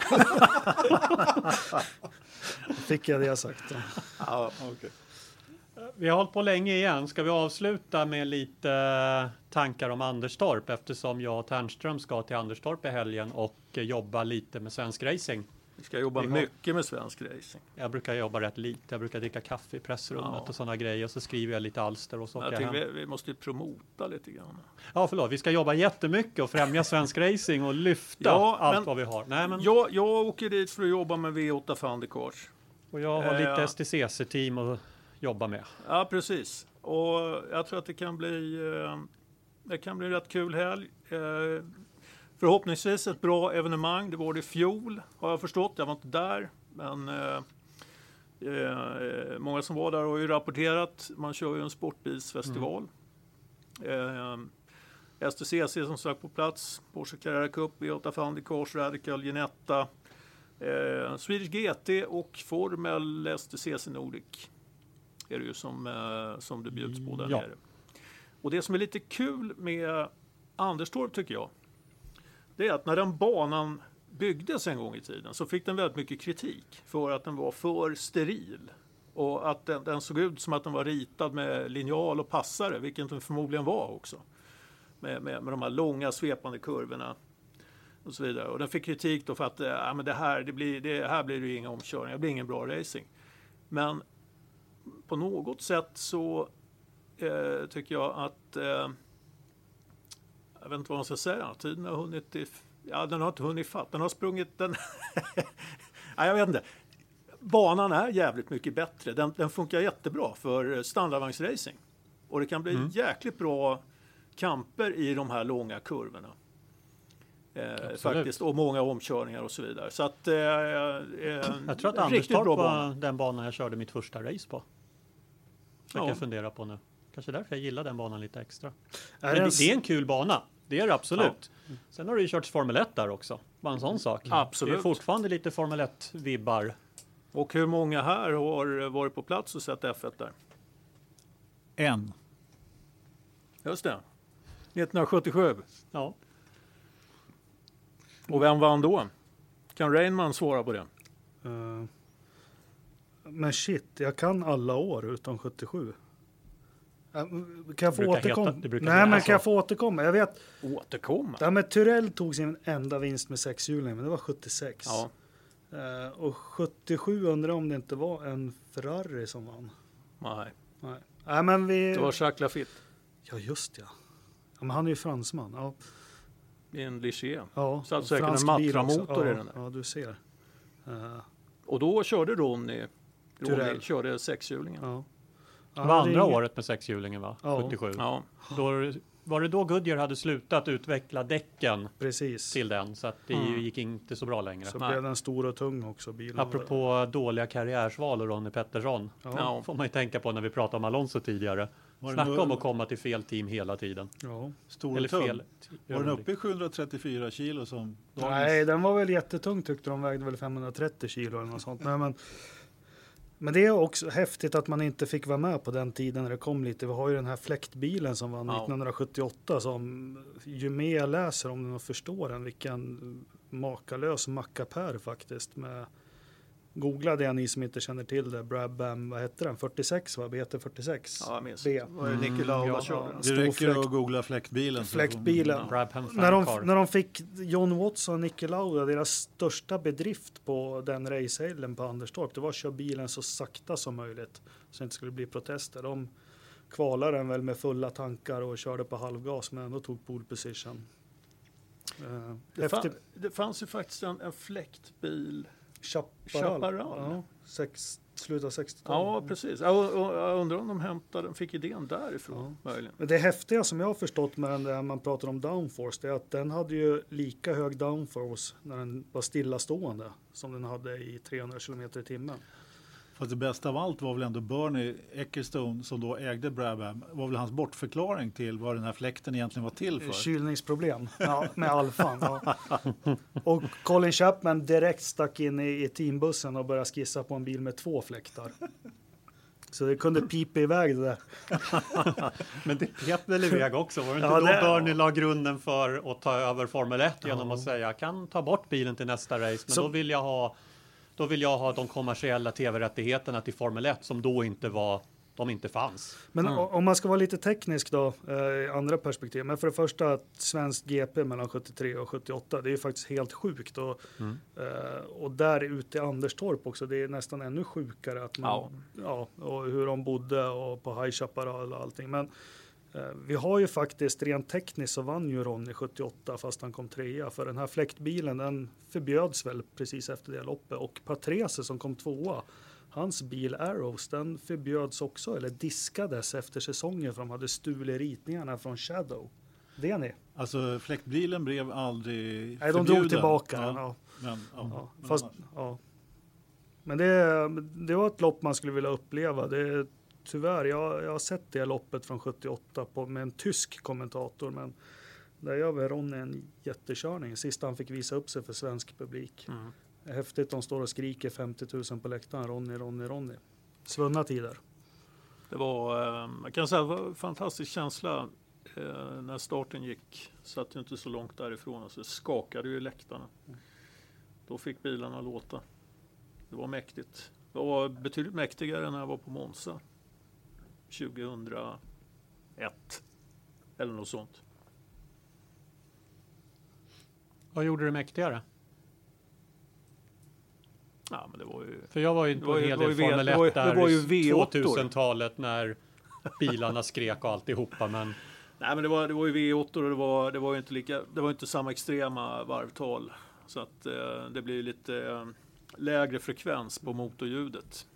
Fick jag det sagt. Ja, okay. Vi har hållit på länge igen. Ska vi avsluta med lite tankar om Anderstorp, eftersom jag och Ternström ska till Anderstorp i helgen och jobba lite med svensk racing. Vi ska jobba Vi har... mycket med svensk racing. Jag brukar jobba rätt lite. Jag brukar dricka kaffe i pressrummet ja. och sådana grejer. Och så skriver jag lite alster och så åker jag jag hem. Vi, vi måste ju promota lite grann. Ja, förlåt. Vi ska jobba jättemycket och främja svensk racing och lyfta ja, allt men, vad vi har. Nej, men... jag, jag åker dit för att jobba med V åtta Thundercars. Och jag har lite eh, S T C C-team att jobba med. Ja, precis. Och jag tror att det kan bli, eh, det kan bli en rätt kul helg. Eh, förhoppningsvis ett bra evenemang. Det var det i fjol, har jag förstått. Jag var inte där, men eh, eh, många som var där har ju rapporterat. Man kör ju en sportbilsfestival. Mm. Eh, S T C C som sagt på plats. Porsche Carrera Cup, V åtta Thundercars, Radical, Ginetta, eh, Swedish G T och Formel S T C C Nordic. Är det ju som, eh, som det bjuds på där ja. nere. Och det som är lite kul med Anderstorp tycker jag, det är att när den banan byggdes en gång i tiden så fick den väldigt mycket kritik för att den var för steril. Och att den, den såg ut som att den var ritad med linjal och passare, vilket den förmodligen var också. Med, med, med de här långa svepande kurvorna och så vidare. Och den fick kritik då för att äh, men det, här, det, blir, det här blir det ju inga omkörningar, det blir ingen bra racing. Men på något sätt så eh, tycker jag att eh, jag vet inte vad man ska säga, tiden har hunnit i, ja den har inte hunnit fatt, den har sprungit den ja, jag vet inte, banan är jävligt mycket bättre, den, den funkar jättebra för standardvagnsracing och det kan bli mm. jäkligt bra kamper i de här långa kurvorna. Eh, faktiskt, och många omkörningar och så vidare. Så att, eh, eh, jag tror att Anderstorp var den banan jag körde mitt första race på. Så ja. jag funderar på nu. Kanske därför jag gillar den banan lite extra. Men det, det är en kul bana. Det är det absolut. Ja. Sen har du ju kört Formel ett där också. Bara en sån sak. Absolut. Det är fortfarande lite Formel ett-vibbar. Och hur många här har varit på plats och sett F ett där? En. Just det. nittonhundrasjuttiosju. Ja. Och vem vann då? Kan Rainman svara på det? Uh, men shit, jag kan alla år utom sjuttiosju. Uh, kan jag få återkomma? Nej, men alltså. Kan jag få återkomma? Jag vet. Återkomma? Ja, men Tyrell tog sin enda vinst med sexhjuling, men det var sjuttiosex. Ja. Uh, och sjuttiosju undrar om det inte var en Ferrari som vann. Nej. Nej. Nej, men vi... Det var Jacques Lafitte. Ja, just ja. Ja, men han är ju fransman. Ja. I en Ligier. Ja, så att säkert en Matra-motor ja, i den där. Ja, du ser. Uh, och då körde Ronny, Ronny körde sexhjulingen. Ja. Det var andra det... året med sexhjulingen va? Ja. sjuttiosju. Ja. Då, var det då Goodyear hade slutat utveckla däcken Precis. till den? Så att det mm. gick inte så bra längre. Så Nej. blev den stor och tung också. Bilen. Apropå dåliga karriärsval och Ronny Pettersson. Ja. Ja. Får man ju tänka på när vi pratade om Alonso tidigare. Snacka nu... om att komma till fel team hela tiden. Ja. Stor och tung. Var den uppe i sjuhundratrettiofyra kilo som dagens? Nej, den var väl jättetung tyckte de. Vägde väl femhundratrettio kilo eller något sånt. Nej, men Men det är också häftigt att man inte fick vara med på den tiden när det kom lite. Vi har ju den här fläktbilen som vann Ja. nittonhundrasjuttioåtta som ju mer jag läser om den och förstår den, vilken makalös mackapär faktiskt. Med, googla det ni som inte känner till det, Brabham, vad heter den? fyrtiosex va? B T fyrtiosex. Ja, jag minns. B. Det var ju Niki Lauda ja, körde. ja. Det Stor räcker fläkt- att googla fläktbilen. så får- Fläktbilen. Ja. Brabham När de, Fancar. när de fick John Watson och Niki Lauda, deras största bedrift på den racehelgen på Anderstorp, det var att köra bilen så sakta som möjligt så det inte skulle bli protester. De kvalade den väl med fulla tankar och körde på halvgas men ändå tog pole position. Uh, Det, fan, det fanns ju faktiskt en, en fläktbil. Chaparral. Chaparral. Ja, sex, slutet av sextiotalet. Ja, precis. Jag, och, jag undrar om de hämtade, fick idén därifrån. Möjligen. Men det häftiga som jag har förstått med den där man pratar om downforce, det är att den hade ju lika hög downforce när den var stillastående som den hade i trehundra kilometer i timmen. Fast det bästa av allt var väl ändå Bernie Ecclestone som då ägde Brabham. Var väl hans bortförklaring till vad den här fläkten egentligen var till för. Kylningsproblem ja, med alfan. Ja. Och Colin Chapman direkt stack in i, i teambussen och började skissa på en bil med två fläktar. Så det kunde pipa iväg det där. Men det pep väl iväg också? Var det inte Ja, då det- Bernie la grunden för att ta över Formel ett genom att säga jag kan ta bort bilen till nästa race, men Så- då vill jag ha då vill jag ha de kommersiella tv-rättigheterna till Formel ett som då inte var, de inte fanns. Men o- om man ska vara lite teknisk då, eh, i andra perspektiv. Men för det första, att svensk G P mellan sjuttiotre och sjuttioåtta, det är ju faktiskt helt sjukt. Och, Mm. eh, och där ute i Anderstorp också, det är nästan ännu sjukare att man, Ja. ja, och hur de bodde och på High Chaparral och allting. Men eh, vi har ju faktiskt, rent tekniskt så vann ju Ronny sjuttioåtta fast han kom trea. För den här fläktbilen, den förbjöds väl precis efter det loppet. Och Patrese som kom tvåa, hans bil Arrows, den förbjöds också, eller diskades efter säsongen för de hade stulit ritningarna från Shadow. Det är ni. Alltså fläktbilen blev aldrig Nej, de förbjuden. drog tillbaka Ja, den. Ja. Men, ja, Ja. men Fast, annars- ja. Men det, det var ett lopp man skulle vilja uppleva. Det, tyvärr, jag, jag har sett det loppet från sjuttioåtta på, med en tysk kommentator. Men där gör väl Ronny en jättekörning. Sist han fick visa upp sig för svensk publik. Mm. Det är häftigt, de står och skriker femtio tusen på läktaren. Ronny, Ronny, Ronny. Svunna tider. Det var, eh, jag kan säga, det var en fantastisk känsla eh, när starten gick. Satt ju inte så långt därifrån, alltså det skakade ju läktarna. Då fick bilarna låta. Det var mäktigt. Det var betydligt mäktigare än när jag var på Monza tjugohundraett eller något sånt. Vad gjorde det mäktigare? Ja, men det var ju... För jag var ju Det på var en ju- hel det var del ju V- Formel det var ju- ett det var ju där V i åtta. tvåtusentalet när bilarna skrek och alltihopa, men Nej, men det var, det var ju V åtta och det var, det var ju inte lika, det var inte samma extrema varvtal. Så att eh, det blir lite eh, lägre frekvens på motorljudet.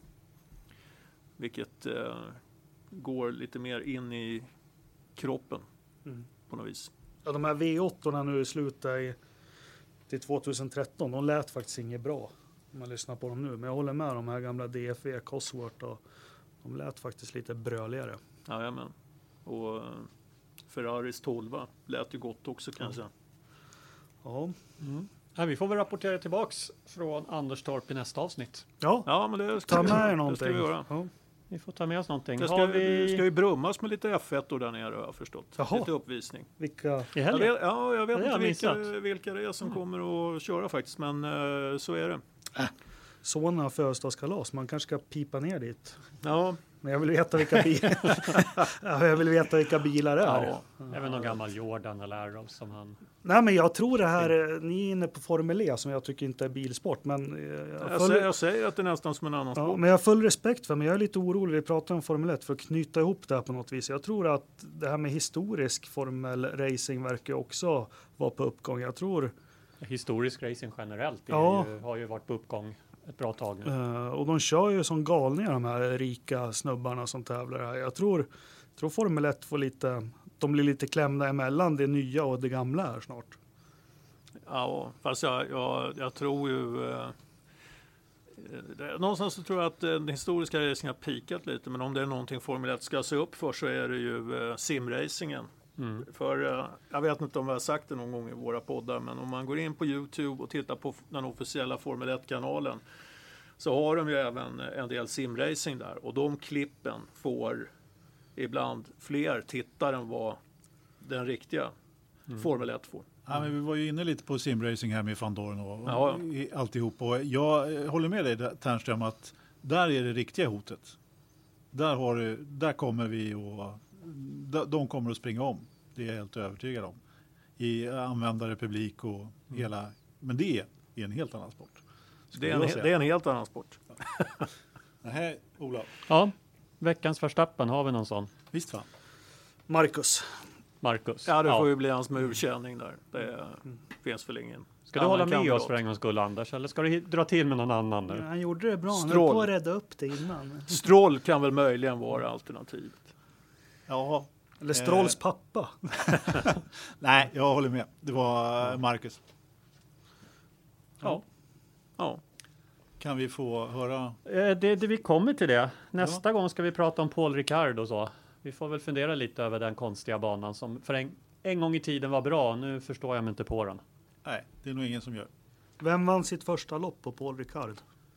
Vilket eh, går lite mer in i kroppen Mm. på något vis. Ja, de här V åtta nu i slutet i, till tjugohundratretton, de lät faktiskt inget bra. Om man lyssnar på dem nu. Men jag håller med, de här gamla D F V, Cosworth, och de lät faktiskt lite bröligare. Jajamän. Och eh, Ferraris tolv lät ju gott också kan jag säga. Ja, ja, vi får väl rapportera tillbaks från Anderstorp i nästa avsnitt. ja. Ja, men det ska Ta vi med er göra. Det någonting. ska vi göra. Ja. Vi får ta med oss någonting. Det ska, Har vi... vi ska ju brummas med lite F ett där nere har jag förstått. Jaha. Lite uppvisning. Vilka? i Jag helgen? vet, ja, jag vet Det har inte jag vilka, missat. vilka det är som kommer att köra faktiskt, men eh, så är det. Sonen har födelsedagskalas, man kanske ska pipa ner dit. Ja, Men jag vill veta vilka bilar, ja, jag vill veta vilka bilar det är. ja. Även någon gammal Jordan eller Arrows som han... Nej, men jag tror det här, eh, ni är inne på Formel E som jag tycker inte är bilsport, men eh, jag Jag, följer- säger, jag säger att det är nästan som en annan Ja, sport. men jag har full respekt för, men jag är lite orolig, vi pratar om Formel ett, för att knyta ihop det här på något vis. Jag tror att det här med historisk Formel racing verkar också vara på uppgång. Jag tror, Historisk racing generellt är Ja. ju, har ju varit på uppgång ett bra tag nu. eh, och de kör ju som galningar de här rika snubbarna som tävlar här. Jag tror, tror Formel ett får lite, de blir lite klämda emellan det nya och det gamla här snart. Ja, fast jag, jag, jag tror ju... Eh, det, någonstans så tror jag att den historiska racingen har pikat lite, men om det är någonting Formel ett ska se upp för så är det ju eh, simracingen. Mm. För eh, jag vet inte om vi har sagt det någon gång i våra poddar, men om man går in på YouTube och tittar på den officiella Formel ett-kanalen så har de ju även en del simracing där. Och de klippen får ibland fler tittare än vad den riktiga mm. Formel ett får. Ja, men vi var ju inne lite på simracing här med Van Dorn och, ja. och alltihop. Och jag håller med dig Ternström att där är det riktiga hotet. Där, har det, där kommer vi och de kommer att springa om. Det är jag helt övertygad om. I användare, publik och mm. hela. Men det är en helt annan sport. Det är en, det är en helt annan sport. Nej, Ola. Ja, veckans Verstappen, har vi någon sån? Visst fan. Marcus. Marcus. Ja, det ja. får ju bli hans murkänning där. Det mm. finns väl ingen. Ska du hålla med oss för en gångs skull, Anders? Eller ska du dra till med någon annan nu? Ja, han gjorde det bra. Han Stroll. höll på att rädda upp det innan. Stroll kan väl möjligen vara alternativet. Ja. Eller Strolls eh. pappa. Nej, jag håller med. Det var Marcus. Ja. Ja. Kan vi få höra? Eh, det, det vi kommer till det. Nästa ja. gång ska vi prata om Paul Ricard och så. Vi får väl fundera lite över den konstiga banan som för en, en gång i tiden var bra. Nu förstår jag mig inte på den. Nej, det är nog ingen som gör. Vem vann sitt första lopp på Paul Ricard?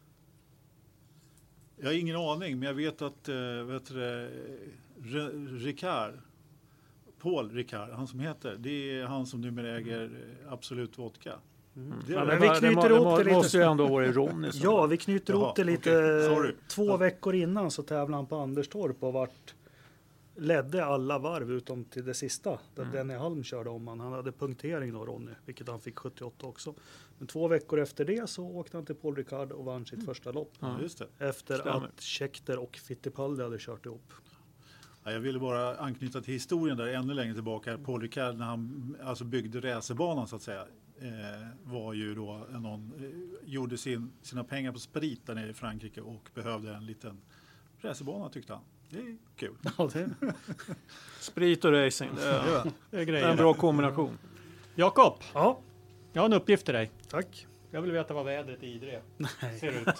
Jag har ingen aning, men jag vet att uh, vet du, Ricard, Paul Ricard, han som heter, det är han som numera äger Absolut Vodka. Mm. Det, ja, men vi knyter det, ihop det, det lite. Måste ju ändå vara ironiskt. Ja, vi knyter ihop det lite. Okay. Två ja. veckor innan så tävlade han på Anderstorp och vart ledde alla varv utom till det sista. Där mm. Denny Halm körde om han. Han hade punktering då, Ronny, vilket han fick sjuttioåtta också. Men två veckor efter det så åkte han till Paul Ricard och vann sitt mm. första lopp. Ja, just det. Efter Stämmer. att Scheckter och Fittipaldi hade kört ihop. Ja, jag ville bara anknyta till historien där ännu längre tillbaka. Paul Ricard, när han alltså byggde racerbanan så att säga, eh, var ju då någon eh, gjorde sin, sina pengar på sprit där nere i Frankrike och behövde en liten racerbana, tyckte han. Det är kul. Ja, det är. Sprit och racing, det är, det är en bra kombination. Jakob, ja. jag har en uppgift till dig. Tack. Jag vill veta vad vädret i Idre Nej. ser ut.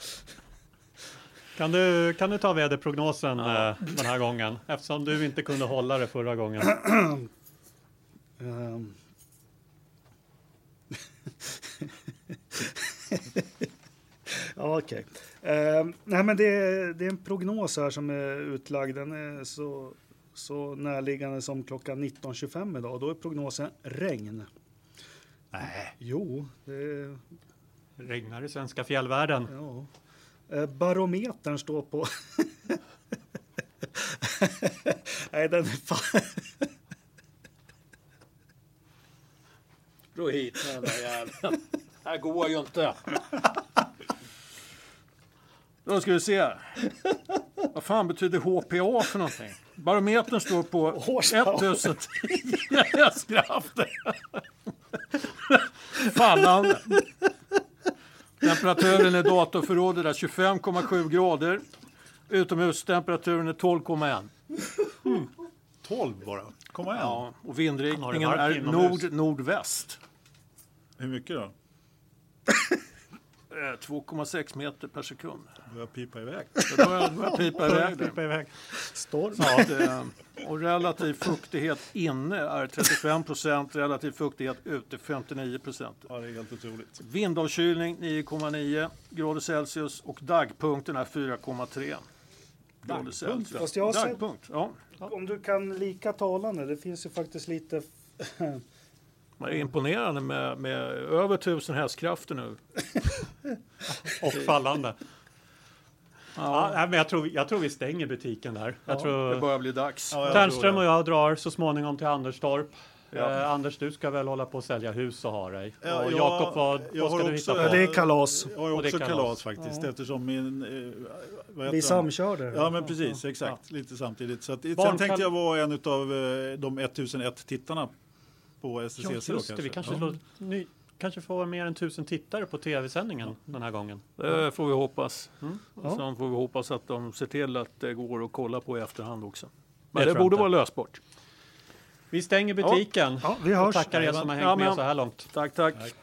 Kan du, kan du ta väderprognosen ja. eh, den här gången? Eftersom du inte kunde hålla det förra gången. um. Ja, okej. Okay. Uh, nej, men det är, det är en prognos här som är utlagd. Den är så, så närliggande som klockan nitton tjugofem idag. Då är prognosen regn. Nej. Jo. Det regnar i svenska fjällvärlden. Ja. Uh, barometern står på... nej, den är fan... Dra hit med den där jäveln. Här går ju inte. Då ska vi se. Vad fan betyder H P A för någonting? Barometern står på ettusen tio hästkrafter. Fallande. Temperaturen i datorförrådet är tjugofem komma sju grader. Utomhustemperaturen är tolv komma ett. Mm. tolv bara? Komma en. Ja, och vindriktningen är nord-nordväst. Hur mycket då? två komma sex meter per sekund. Det börjar pipa iväg. Det börjar, börjar pipa iväg. pipa iväg. Storm. Ja, det, och relativ fuktighet inne är trettiofem procent, relativ fuktighet ute femtionio procent. Ja, det är helt otroligt. Vindavkylning nio komma nio grader Celsius och dagpunkten är fyra komma tre grader Celsius. Fast jag har Dagpunkt, ja. Om du kan lika talande, det finns ju faktiskt lite... Man är imponerande med, med över tusen hästkrafter nu. Och fallande. Ja. Ja, men jag, tror, jag tror vi stänger butiken där. Jag Ja, tror, det börjar bli dags. Ja, Ternström och jag drar så småningom till Anderstorp. Ja. Eh, Anders, du ska väl hålla på att sälja hus och ha dig. Ja, och jag, Jakob, vad, jag vad ska du också, hitta på? Det är kalas. Jag har också kalas. kalas faktiskt, Ja. eftersom min... Eh, Vi samkörde. Ja, men precis, exakt. Ja. Lite samtidigt. Så att, Barn sen tänkte kan... jag vara en av eh, de ettusenett tittarna på S T C C. Ja, just det. Vi kanske, ja. slår, ny, kanske får mer än tusen tittare på tv-sändningen ja. den här gången. Det får vi hoppas. Mm. Och sen får vi hoppas att de ser till att det går att kolla på i efterhand också. Men det det borde vara lösbart. Vi stänger butiken. Ja, vi hörs. Och tackar er som har hängt ja, med men... så här långt. Tack, tack. tack.